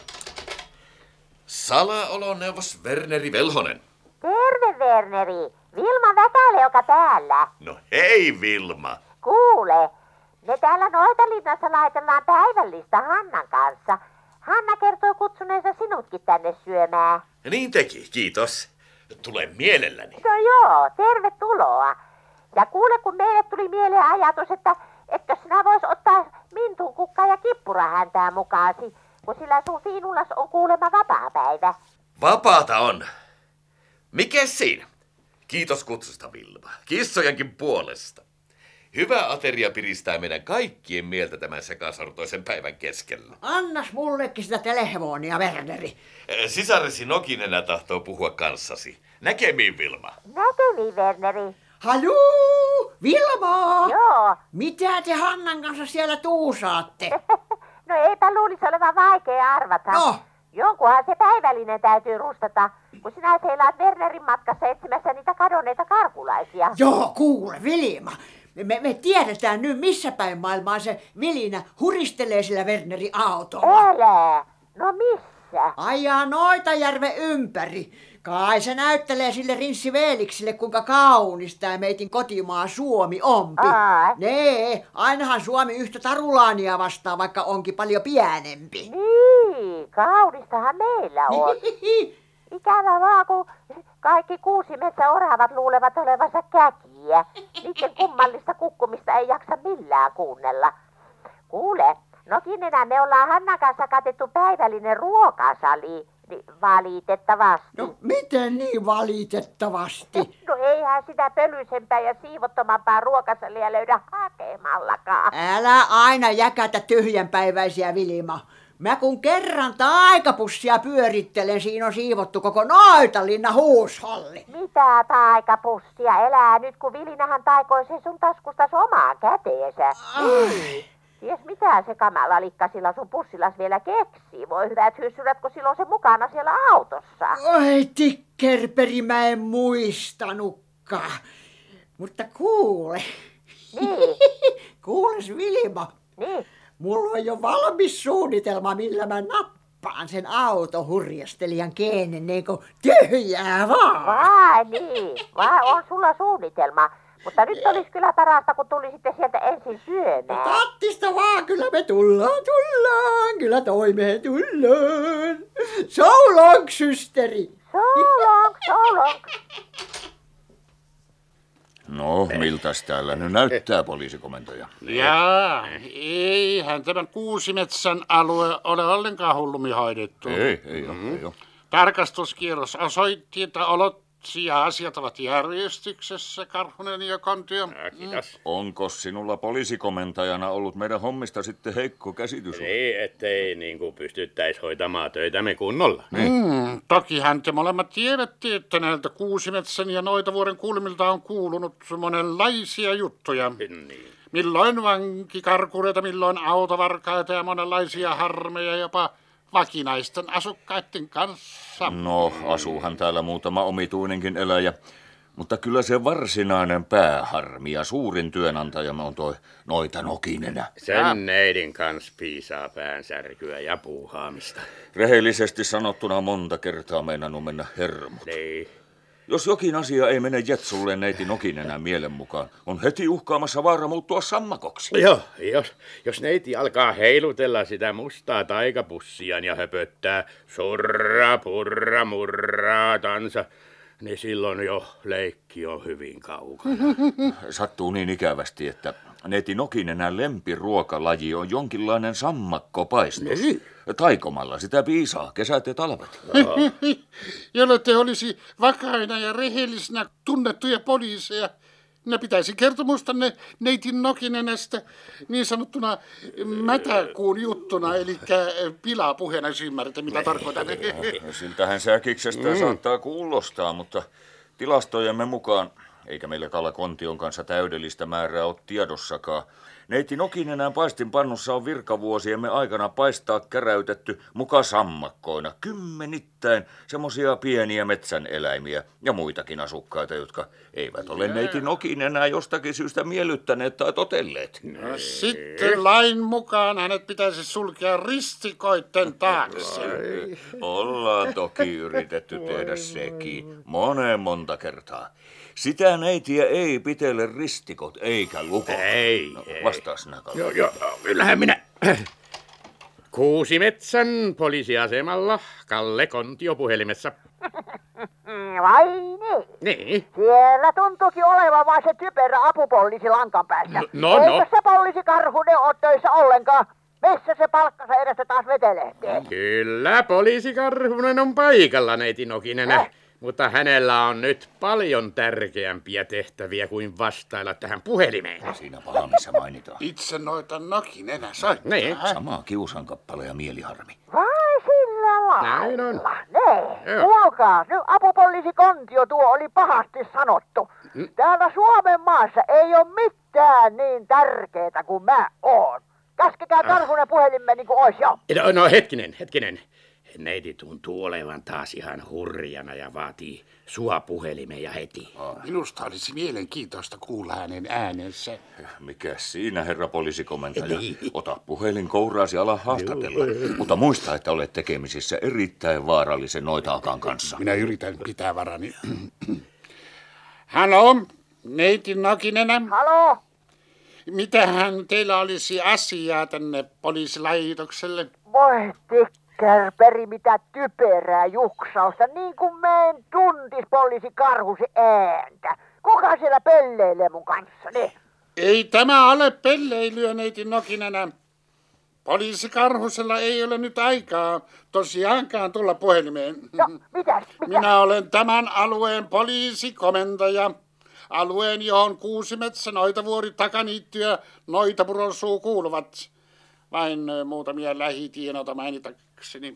Salaoloneuvos Werneri Velhonen. Terve, Werneri. Vilma Väkäleoka täällä. No hei, Vilma. Kuule, me täällä Noitalinnassa laitellaan päivällistä Hannan kanssa. Hanna kertoo kutsuneensa sinutkin tänne syömään. Niin teki, kiitos. Tule mielelläni. No joo, tervetuloa. Ja kuule, kun meille tuli mieleen ajatus, että etkö sinä vois ottaa Mintun kukkaa ja Kippurahäntää mukaasi, kun sillä sun Fiinulas on kuulemma vapaapäivä. Vapaata on. Mikäs siinä? Kiitos kutsusta, Vilma. Kissojenkin puolesta. Hyvä ateria piristää meidän kaikkien mieltä tämän sekasortoisen päivän keskellä. Annas mullekin sitä telefonia, Werneri. Sisaresi Nokinenä tahtoo puhua kanssasi. Näkemiin, Vilma. Näkemiin, Werneri. Haluu, Vilma! Joo. Mitä te Hannan kanssa siellä tuusaatte? No eipä luulisi olevan vaikea arvata. No. Jonkunhan se päivällinen täytyy rustata, kun sinä seilaat Wernerin matkassa etsimässä niitä kadonneita karkulaisia. Joo, kuule, Vilma. Me, me tiedetään nyt, missä päin maailmaa se Vilinä huristelee sillä Wernerin autolla. Älä! No missä? Ajaa Noitajärven ympäri. Kai se näyttelee sille Rinssi Veeliksille, kuinka kaunis tää meitin kotimaa Suomi onpi. Aa. Nee, ainahan Suomi yhtä Tarulaania vastaa, vaikka onkin paljon pienempi. Niin, kaunistahan meillä on. Ikävä vaan, kun kaikki kuusimetsäoravat luulevat olevansa käkiä. Niiden kummallista kukkumista ei jaksa millään kuunnella. Kuule, Nokinenä me ollaan Hannan kanssa katettu päivällinen ruokasali. Niin valitettavasti. No miten niin valitettavasti? No eihän sitä pölyisempää ja siivottomampaa ruokasalia löydä hakemallakaan. Älä aina jäkätä tyhjänpäiväisiä, Vilma. Mä kun kerran taikapussia pyörittelen, siinä on siivottu koko Noitalinna huusholli. Mitä taikapussia? Elää nyt, kun Vilinähän taikoi sen sun taskustas omaan käteensä. Ai. Ties mitä se kamala likka sillä sun pussillas vielä keksii. Voi hyvät hyssyrät, kun silloin se mukana siellä autossa. Oi tikkerperi, mä en muistanutkaan. Mutta kuule. Niin. Kuules, Vilma. Niin. Mulla on jo valmis suunnitelma, millä mä nappaan sen autohurjastelijan keenen niin kuin tyhjää vaan. Vai niin, vai on sulla suunnitelma. Mutta nyt olisi kyllä parasta, kun tulisitte sieltä ensin syömään. No tattista vaan, kyllä me tullaan, tullaan. Kyllä toimeen tullaan. So long, systeri. So long, so long. No, miltäs täällä nyt näyttää, poliisikomentaja? Jaa, eihän tämän Kuusimetsän alue ole ollenkaan hullummin hoidettu. Ei, ei ole, Mm. ei ole. Tarkastuskierros osoitti, että olot ja asiat ovat järjestyksessä, Karhunen ja Kontio. Kiitos. Onko sinulla poliisikomentajana ollut meidän hommista sitten heikko käsitys? Niin, ettei niin kuin pystyttäisi hoitamaan töitämme kunnolla. Mm, tokihan te molemmat tiedätte, että näiltä Kuusimetsän ja Noitavuoren kulmilta on kuulunut monenlaisia juttuja. Niin. Milloin vankikarkureita, milloin autovarkaita ja monenlaisia harmeja, jopa vakinaisten asukkaiden kanssa. No, asuuhan täällä muutama omituinenkin eläjä. Mutta kyllä se varsinainen pääharmi ja suurin työnantajamme on toi Noita Nokinenä. Sen neidin kanssa piisaa päänsärkyä ja puuhaamista. Rehellisesti sanottuna monta kertaa meinannut mennä hermot. Niin. Jos jokin asia ei mene Jetsulle neiti Nokinenä mielen mukaan, on heti uhkaamassa vaara muuttua sammakoksi. Joo, jos, jos neiti alkaa heilutella sitä mustaa taikapussiaan ja höpöttää surra, purra, murraa, tansa, niin silloin jo leikki on hyvin kaukana. Sattuu niin ikävästi, että neiti Nokinenän lempiruokalaji on jonkinlainen sammakkopaistos. Niin. Taikomalla sitä piisaa kesät ja talvet. Jolle te olisi vakaina ja rehellisinä tunnettuja poliiseja. Ne pitäisi kertomustanne neitin Nokinenästä niin sanottuna mätäkuun juttuna, eli pilapuheena, jos ymmärrätte, mitä tarkoitan. Siltähän säkiksestä mm. saattaa kuulostaa, mutta tilastojemme mukaan, eikä meillä Kalla Kontion kanssa täydellistä määrää ole tiedossakaan, neiti Nokinenän paistinpannussa on virkavuosiemme aikana paistaa käräytetty muka sammakkoina, kymmenittäin semmosia pieniä metsäneläimiä ja muitakin asukkaita, jotka eivät ole neiti Nokinenää jostakin syystä miellyttäneet tai totelleet. No, sitten lain mukaan hänet pitäisi sulkea ristikoitten taakse. Ollaan toki yritetty tehdä sekin monen monta kertaa. Sitä neitiä ei pitele ristikot eikä lukot. Ei, no, ei. Vastaas sinä, Kalle. Joo, joo, kyllähän minä. Kuusimetsän poliisiasemalla Kalle Kontio puhelimessa. Vai niin? Niin. Siellä tuntuukin olevan vain se typerä apupoliisi lankan päässä. No, no. Eikö no. se poliisi Karhunen ole töissä ollenkaan? Missä se palkkansa edestä taas vetelehtii? Kyllä, poliisi Karhunen on paikalla, neiti Nokinenä. Eh? Mutta hänellä on nyt paljon tärkeämpiä tehtäviä kuin vastailla tähän puhelimeen. Siinä pahamissa mainitaan. Itse noita Nokinenä soittaa. Niin. Samaa kiusankappale ja mieliharmi. Vai sillä lailla? Näin on. Nee, Joo. kuulkaa, nyt apupoliisi Kontio tuo oli pahasti sanottu. Mm. Täällä Suomen maassa ei ole mitään niin tärkeetä kuin mä oon. Käskekää Karhunen puhelimeen niin kuin ois jo. No, no hetkinen, hetkinen. Neiti tuntuu olevan taas ihan hurjana ja vaatii sua puhelimeen ja heti. Minusta olisi mielenkiintoista kuulla hänen äänensä. Mikäs siinä, herra poliisikomentaja? Ota puhelin kouraasi ala haastatella. Mutta muista, että olet tekemisissä erittäin vaarallisen noita-akan kanssa. Minä yritän pitää varani. Halo, neiti Nokinenä. Halo? Mitähän teillä olisi asiaa tänne poliisilaitokselle? Voi tikkerperi, mitä typerää juksausta, niin kuin mä en tuntis poliisi Karhusi ääntä. Kuka siellä pelleilee mun kanssani? Ei tämä ole pelleilyä, neiti Nokinenä. Poliisi Karhusella ei ole nyt aikaa tosiaankaan tulla puhelimeen. No, mitäs? mitäs? Minä olen tämän alueen poliisikomentaja. Alueen, johon Kuusimetsä, Noitavuori, Takaniitty ja Noitapuron suu kuuluvat. Vain ö, muutamia lähitienoita mainitakseni.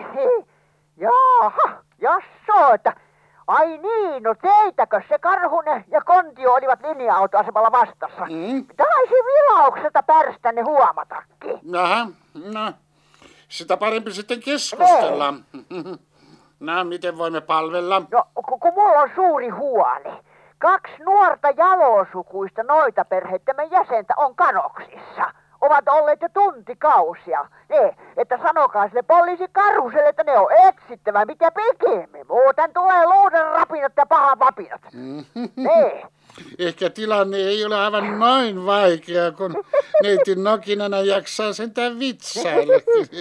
Jaha, jassoo, että ai niin, no teitäkö se Karhunen ja Kontio olivat linja-autoasemalla vastassa? Mm. Taisi vilauksesta pärstänne huomatakin. Jaha, no, sitä parempi sitten keskustella. No, miten voimme palvella? No, kun, kun mulla on suuri huoli. Kaksi nuorta jalosukuista noita perheittämme jäsentä on kanoksissa. Ovat olleet jo tuntikausia. Ne, että sanokaa sille poliisi Karhuselle, että ne on etsittävä mitä pikemmin. Muuten tulee luuden rapinat ja pahan vapinat. Ne. Ehkä tilanne ei ole aivan noin vaikea, kun neiti Nokinenä jaksaa sentään vitsailla.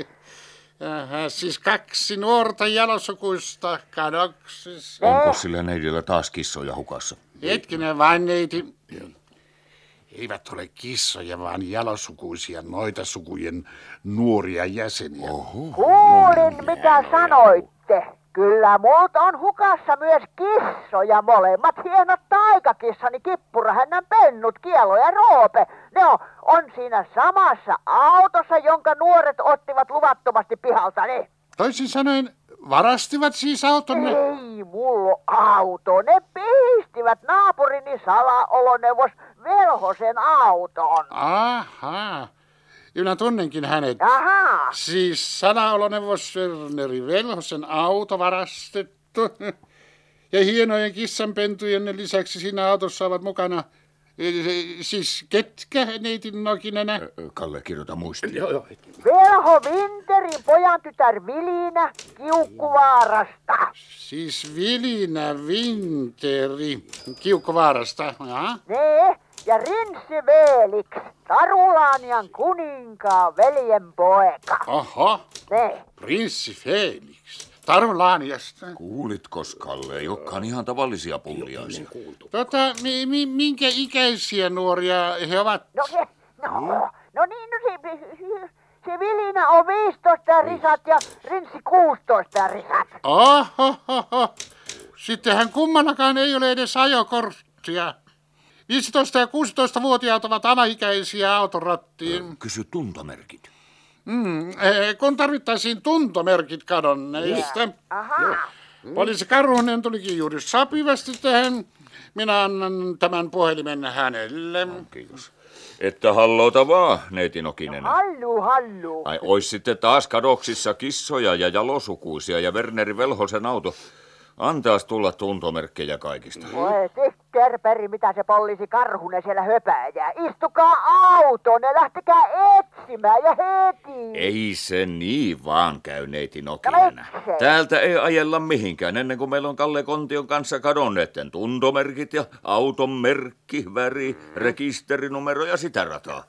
Aha, siis kaksi nuorta jalosukuista kanoksissa. Onko sillä neidillä taas kissoja hukassa? Hetkinen vain, neiti. Eivät ole kissoja, vaan jalosukuisia noita sukujen nuoria jäseniä. Oho. Kuulin, mitä sanoitte. Kyllä multa on hukassa myös kissoja, molemmat hienot taikakissani, Kippurahännän pennut, Kielo ja Roope. Ne on, on siinä samassa autossa, jonka nuoret ottivat luvattomasti pihaltani. Toisin sanoen, varastivat siis autonne? Ei mulla auto, ne pihistivät naapurini salaoloneuvos Velhosen auton. Ahaa, minä tunnenkin hänet. Ahaa. Siis salaoloneuvos Werneri Velhosen auto varastettu. Ja hienojen kissanpentujen lisäksi siinä autossa ovat mukana, siis ketkä, neiti Nokinenä? Kalle, kirjoita muistiin. Joo, joo. Velho Winterin pojan tytär Vilinä Kiukkuvaarasta. Siis Vilinä Winteri Kiukkuvaarasta, jaha. Ne, ja Rinssi Veeliks, Tarulaanian kuninkaan veljenpoika. Oho, Ne. prinssi Felix, Tarulaaniasta. Kuulitko, Kalle? Ei olekaan ihan tavallisia pulliaisia. Tota, mi, mi, minkä ikäisiä nuoria he ovat? No, se, no, no niin, no se, se Vilinä on viisitoista risat ja Rinssi kuusitoista risat. Ohohoho. Sittenhän kummallakaan ei ole edes ajokorttia. viisitoista- ja kuusitoistavuotiaat ovat alaikäisiä autorattiin. Kysy tuntomerkit. Mm, eh, kun tarvittaisiin tuntomerkit kadonneista. Aha. Poliisi Karhunen tulikin juuri sopivasti tähän. Minä annan tämän puhelimen hänelle. Kiitos. Että hallota vaan, neiti Nokinen. Hallu, hallu. Ai ois sitten taas kadoksissa kissoja ja jalosukuisia ja Werneri Velhosen auto. Antaas tulla tuntomerkkejä kaikista. Voi tikkerperi, mitä se poliisi Karhunen siellä höpääjää. Istukaa autoon ja lähtekää etsimään ja heti. Ei se niin vaan käy, neiti No Nokinenä. miksei? Täältä ei ajella mihinkään ennen kuin meillä on Kalle Kontion kanssa kadonneiden tuntomerkit ja auton merkki, väri, rekisterinumero ja sitä rataa.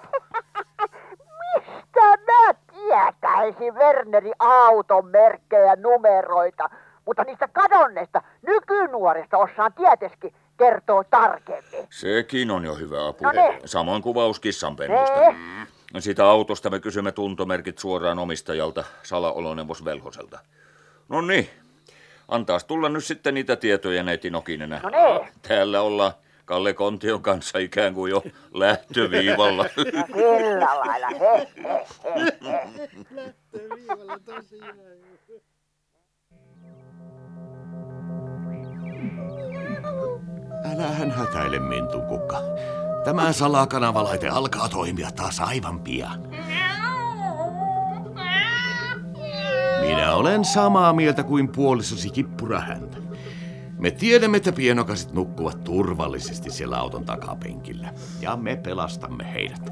Mistä mä tietäisin Werneri auton merkkejä ja numeroita? Mutta niistä kadonneista nykynuorista osaan tietysti kertoo tarkemmin. Sekin on jo hyvä apu. No ne. Samoin kuvaus kissanpennusta. Ne. Sitä autosta me kysymme tuntomerkit suoraan omistajalta, salaoloneuvos Velhoselta. No niin, Antaas tulla nyt sitten niitä tietoja, neiti Nokinenä. No niin. Täällä ollaan Kalle Kontion kanssa ikään kuin jo lähtöviivalla. No sillä lailla, he, he, he, he. Lähtöviivalla tosiaan. Älähän hätäile, Mintun kukka. Tämä salakanavalaite alkaa toimia taas aivan pian. Minä olen samaa mieltä kuin puolisosi Kippurahäntä. Me tiedämme, että pienokasit nukkuvat turvallisesti siellä auton takapenkillä. Ja me pelastamme heidät.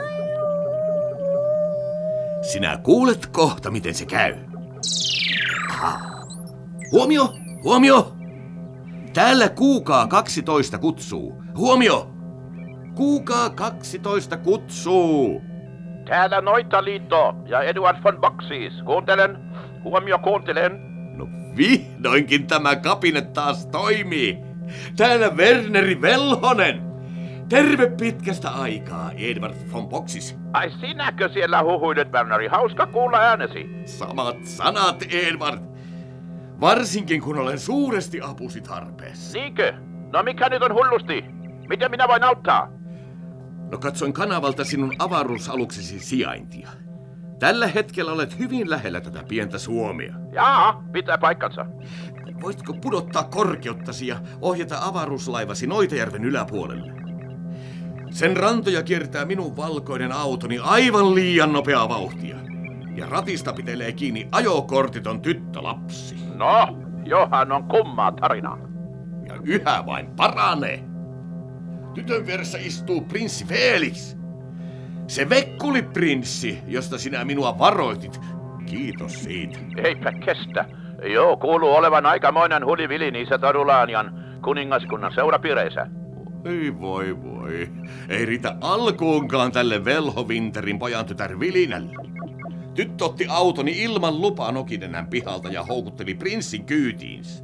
Sinä kuulet kohta, miten se käy. Aha. Huomio! Huomio! Täällä Kuukaa kaksitoista kutsuu. Huomio! Kuukaa kaksitoista kutsuu. Täällä Noitaliitto ja Eduard von Boxis. Kuuntelen. Huomio, kuuntelen. No vihdoinkin tämä kapine taas toimii. Täällä Werneri Velhonen. Terve pitkästä aikaa, Edward von Boxis. Ai sinäkö siellä huhuilet, Werneri? Hauska kuulla äänesi. Samat sanat, Edward. Varsinkin kun olen suuresti apusi tarpeessa. Niinkö? No mikä nyt on hullusti? Miten minä voin auttaa? No katsoin kanavalta sinun avaruusaluksesi sijaintia. Tällä hetkellä olet hyvin lähellä tätä pientä Suomea. Jaa, pitää paikkansa. Voitko pudottaa korkeuttasi ja ohjata avaruuslaivasi Noitajärven yläpuolelle? Sen rantoja kiertää minun valkoinen autoni aivan liian nopeaa vauhtia. Ja ratista pitelee kiinni ajokortiton tyttölapsi. No, johan on kummaa tarinaa. Ja yhä vain paranee. Tytön vieressä istuu prinssi Felix. Se Vekkuli-prinssi, josta sinä minua varoitit. Kiitos siitä. Eipä kestä. Joo, kuuluu olevan aikamoinen hulivili niissä Tarulaanian kuningaskunnan seurapiireissä. Ei voi voi. Ei riitä alkuunkaan tälle Velhovinterin pojan tytär Vilinälle. Tyttö otti autoni ilman lupaa Nokinenän pihalta ja houkutteli prinssin kyytiinsä.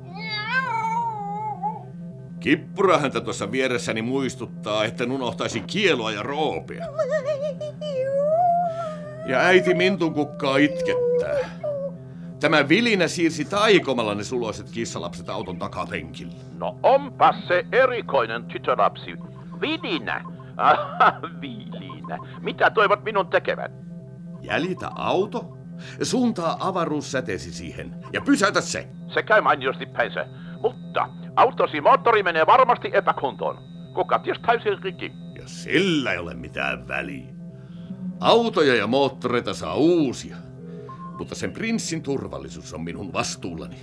Kippura häntä tuossa vieressäni muistuttaa, että unohtaisi Kieloa ja Roopea. Ja äiti Mintun kukkaa itkettää. Tämä Vilinä siirsi taikomalla ne suloiset kissalapset auton takapenkille. No onpas se erikoinen tytölapsi. Vilinä. Aha, Vilinä. Mitä toivot minun tekevän? Jäljitä auto, suuntaa avaruussäteesi siihen ja pysäytä se. Se käy mainiosti päinsä. Mutta autosi moottori menee varmasti epäkuntoon. Kuka ties täysin rikki. Ja sillä ei ole mitään väliä. Autoja ja moottoreita saa uusia. Mutta sen prinssin turvallisuus on minun vastuullani.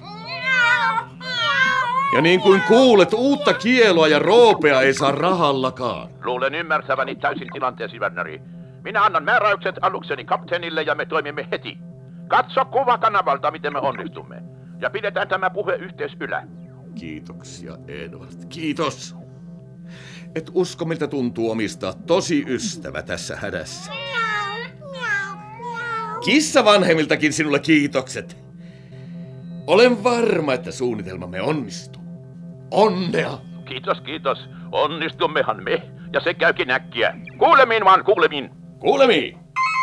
Ja niin kuin kuulet, uutta Kieloa ja Roopea ei saa rahallakaan. Luulen ymmärtäväni täysin tilanteesi, Werneri. Minä annan määräykset alukseni kapteenille ja me toimimme heti. Katso kuvakanavalta, miten me onnistumme. Ja pidetään tämä puheyhteys ylä. Kiitoksia, Edward. Kiitos. Et usko, miltä tuntuu omistaa tosi ystävä tässä hädässä. Kissavanhemmiltakin sinulle kiitokset. Olen varma, että suunnitelmamme onnistuu. Onnea! Kiitos, kiitos. Onnistummehan me. Ja se käykin äkkiä. Kuulemiin vaan, kuulemiin. Kuulemiin!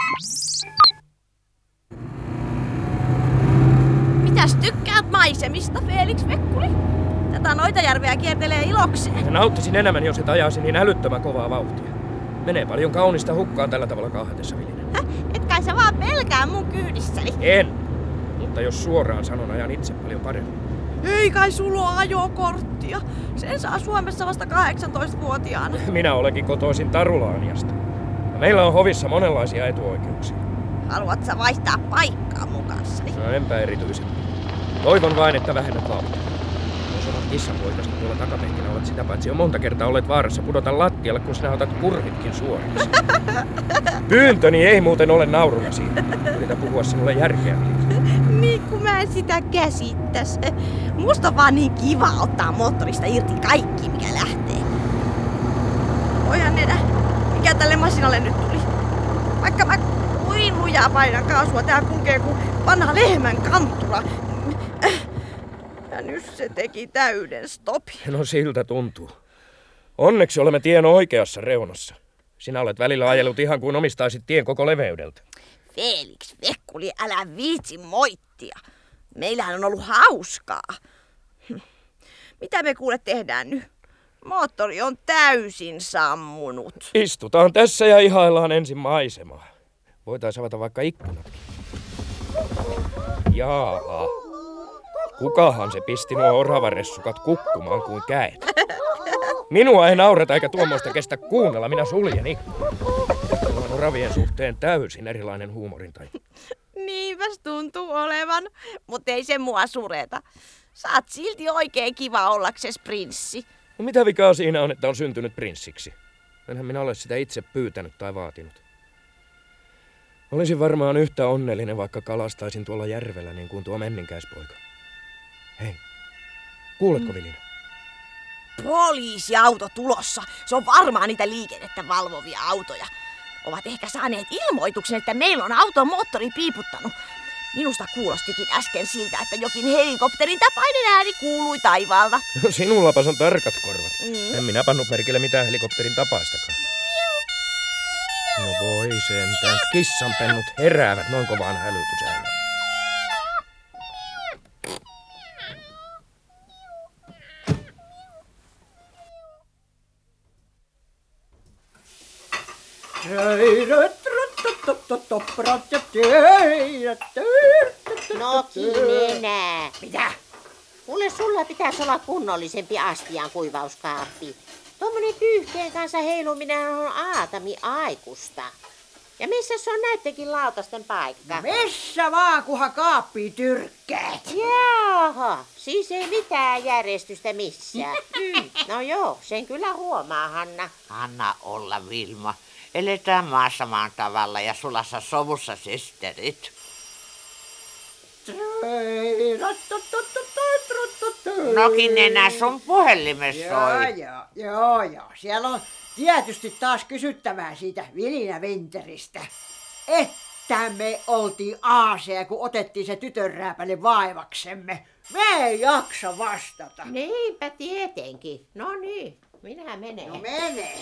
Mitäs tykkäät maisemista, Felix Vekkuli? Tätä Noitajärveä kiertelee ilokseen. Se nauttisin enemmän, jos et ajaisi niin älyttömän kovaa vauhtia. Menee paljon kaunista hukkaan tällä tavalla kaahatessa, Vilinen. Häh? Et kai sä vaan pelkää mun kyydissäni. En. Mutta jos suoraan sanon, ajan itse paljon paremmin. Ei kai sulla ole ajokorttia. Sen saa Suomessa vasta kahdeksantoistavuotiaana. Minä olenkin kotoisin Tarulaaniasta. Ja meillä on hovissa monenlaisia etuoikeuksia. Haluat sä vaihtaa paikkaa mun kanssani? No enpä erityisemmin. Toivon vain, että vähennät vauhtia. Jos olet kissanpoikasta tuolla takapenkillä, olet sitä paitsi jo monta kertaa olet vaarassa pudota lattialle, kun sinä otat kurvitkin suoriksi. Pyyntöni ei muuten ole nauruna siinä. Yritä puhua sinulle järkeä. Niin kun mä en sitä käsittäs. Musta on vaan niin kiva ottaa moottorista irti kaikki, mikä lähtee. Voihan nedä, mikä tälle masinalle nyt tuli. Vaikka mä kuin lujaa painan kaasua, tää kulkee kuin vanha lehmän kanttura. Ja nyt se teki täyden stopin. No siltä tuntuu. Onneksi olemme tien oikeassa reunassa. Sinä olet välillä ajellut ihan kuin omistaisit tien koko leveydeltä. Felix Vekkuli, älä viitsi moittia. Meillähän on ollut hauskaa. Mitä me kuule tehdään nyt? Moottori on täysin sammunut. Istutaan tässä ja ihaillaan ensin maisemaa. Voitaisiin avata vaikka ikkunatkin. Jaaha. Kukahan se pisti nuo oravaressukat kukkumaan kuin käet? Minua ei naurata eikä tuommoista kestä kuunnella, minä suljen ikkunan. Minulla on oravien suhteen täysin erilainen huumorintaju. Niinpäs tuntuu olevan, mutta ei se mua sureta. Saat silti oikein kiva ollakses prinssi. No mitä vikaa siinä on, että on syntynyt prinssiksi? Enhän minä ole sitä itse pyytänyt tai vaatinut. Olisin varmaan yhtä onnellinen, vaikka kalastaisin tuolla järvellä niin kuin tuo menninkäispoika. Hei, kuuletko Vilina? Poliisiauto tulossa. Se on varmaan niitä liikennettä valvovia autoja. Ovat ehkä saaneet ilmoituksen, että meillä on auton moottori piiputtanut. Minusta kuulostikin äsken siltä, että jokin helikopterin tapainen ääni kuului taivaalta. No sinullapas on tarkat korvat. Mm. En minä pannut merkille mitään helikopterin tapaistakaan. No voi sentään. Kissanpennut heräävät noin kovaan hälytysääneen. Nokinenä. Mitä? Kuule, sulla pitäisi olla kunnollisempi astian kuivauskaappi. Tuommoinen pyyhkeen kanssa heiluminen on aatami aikuista. Ja missä se on näittenkin lautasten paikka? No missä vaan, kunhan kaappiin tyrkkäät. Jaha, siis ei mitään järjestystä missään. Mm. No joo, sen kyllä huomaa, Hanna. Anna olla, Vilma. Eletään maassa maan tavalla ja sulassa sovussa systerit. Nokinenä sun puhelimessa soi. Joo, joo, joo, joo. Siellä on tietysti taas kysyttävää siitä Vilinä Winteristä. Että me oltiin aaseja, kun otettiin se tytönrääpäle vaivaksemme. Me ei jaksa vastata. Niinpä tietenkin. No niin, minä menen. No mene.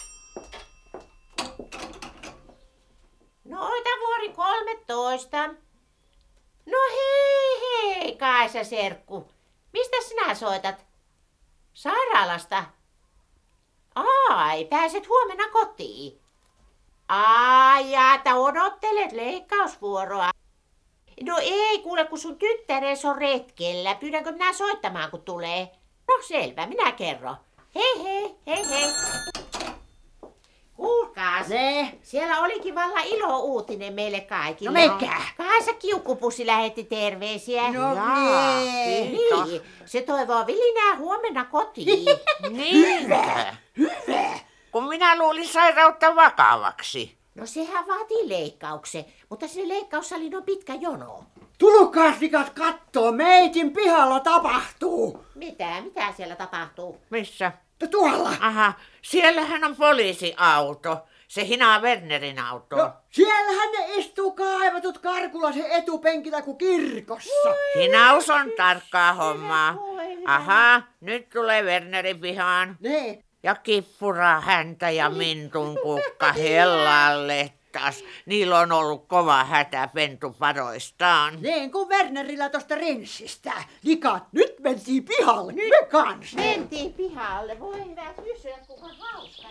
Noita vuori kolmetoista. No hei hei, Kaisa serkku. Mistä sinä soitat? Sairaalasta? Ai, pääset huomenna kotiin. Ai, että odottelet leikkausvuoroa. No ei, kuule, kun sun tyttäres on retkellä. Pyydänkö minä soittamaan, kun tulee? No selvä, minä kerron. Hei hei, hei hei. Kuulkaas, ne. Siellä olikin valla ilo-uutinen meille kaikille. No mikä? Kaisa Kiukkupussi lähetti terveisiä. No Jaa, niin. niin. Se toivoo Vilinää huomenna kotiin. Niinkö? Hyvä. Kun minä luulin sairautta vakavaksi. No sehän vaatii leikkauksen, mutta sinne leikkaussaliin on pitkä jono. Tulkaas rikat kattoo, meitin pihalla tapahtuu. Mitä? Mitä siellä tapahtuu? Missä? Tuolla. Aha, siellähän on poliisiauto. Se hinaa Wernerin auto. No, siellähän ne istuu kaivatut Karkulasen etupenkillä kuin kirkossa. Hinaus on tarkkaa hommaa. Aha, nyt tulee Wernerin pihaan. Ne. Ja kippuraa häntä ja Mintun kukka hellalle taas. Niillä on ollut kova hätä pentuparoistaan. Niin kuin Wernerillä tosta rinssistä. Likat, nyt mentiin pihalle. Nyt me kanssa. Mentiin pihalle. Voi hyvät kysyä, kuka hauska.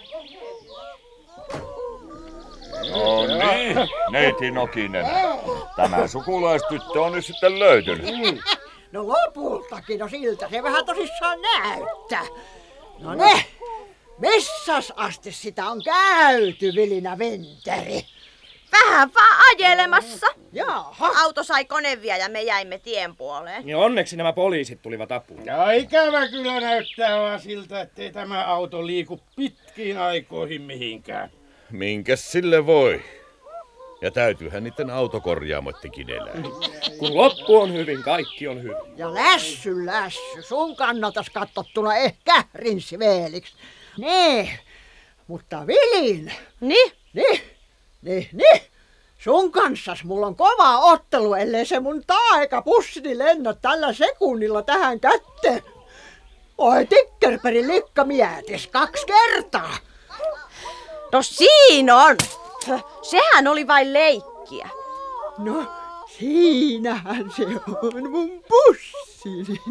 No niin, neiti Nokinen. Tämä sukulaistyttö on nyt sitten löytynyt. Mm. No lopultakin, no siltä se vähän tosissaan näyttää. No ne, missas asti sitä on käyty, Vilinä Winteri? Vähän vaan ajelemassa. Jaha. Auto sai konevia ja me jäimme tien puoleen. Ja onneksi nämä poliisit tulivat apuun. Ja ikävä kyllä näyttää vaan siltä, ettei tämä auto liiku pitkiin aikoihin mihinkään. Minkäs sille voi? Ja täytyyhän niiden autokorjaamoittekin elää. Kun loppu on hyvin, kaikki on hyvin. Ja lässy, lässy. Sun kannatas katsottuna ehkä, Rinssi Veeliks. Nee, mutta Vilin. Niin? Niin, niin, niin. Sun kanssas mulla on kova ottelu, ellei se mun taikapussini lennä tällä sekunnilla tähän kätteen. Oi Tikkerperin likka mietis kaksi kertaa. No siinä on. Sehän oli vain leikkiä. No, Siinähän se on mun pussini.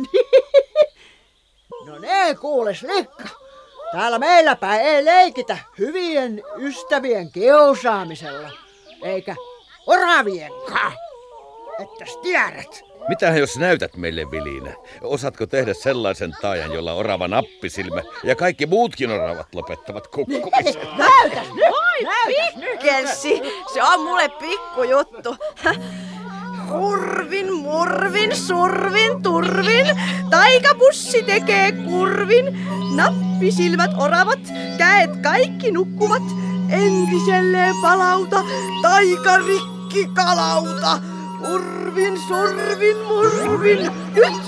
No ne kuules likka. Täällä meilläpä ei leikitä hyvien ystävien kiusaamisella. Eikä oravienkaan. Ettäs tiedät. Mitähän jos näytät meille, Vilinä? Osaatko tehdä sellaisen taajan, jolla orava nappisilmä ja kaikki muutkin oravat lopettavat kukkumisen? Näytäs nyt! Oi, pikkelssi! Se on mulle pikkujuttu. Kurvin, murvin, survin, turvin, taikapussi tekee kurvin, nappisilmät oravat, käet kaikki nukkuvat, entiselleen palauta, taikarikki kalauta, kurvin, survin, murvin, nyt!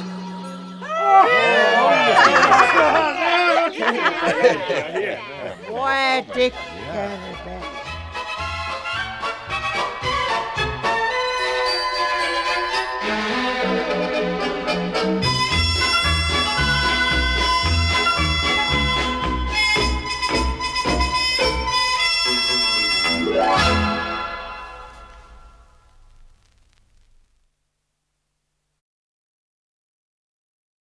Voi tikkerpe.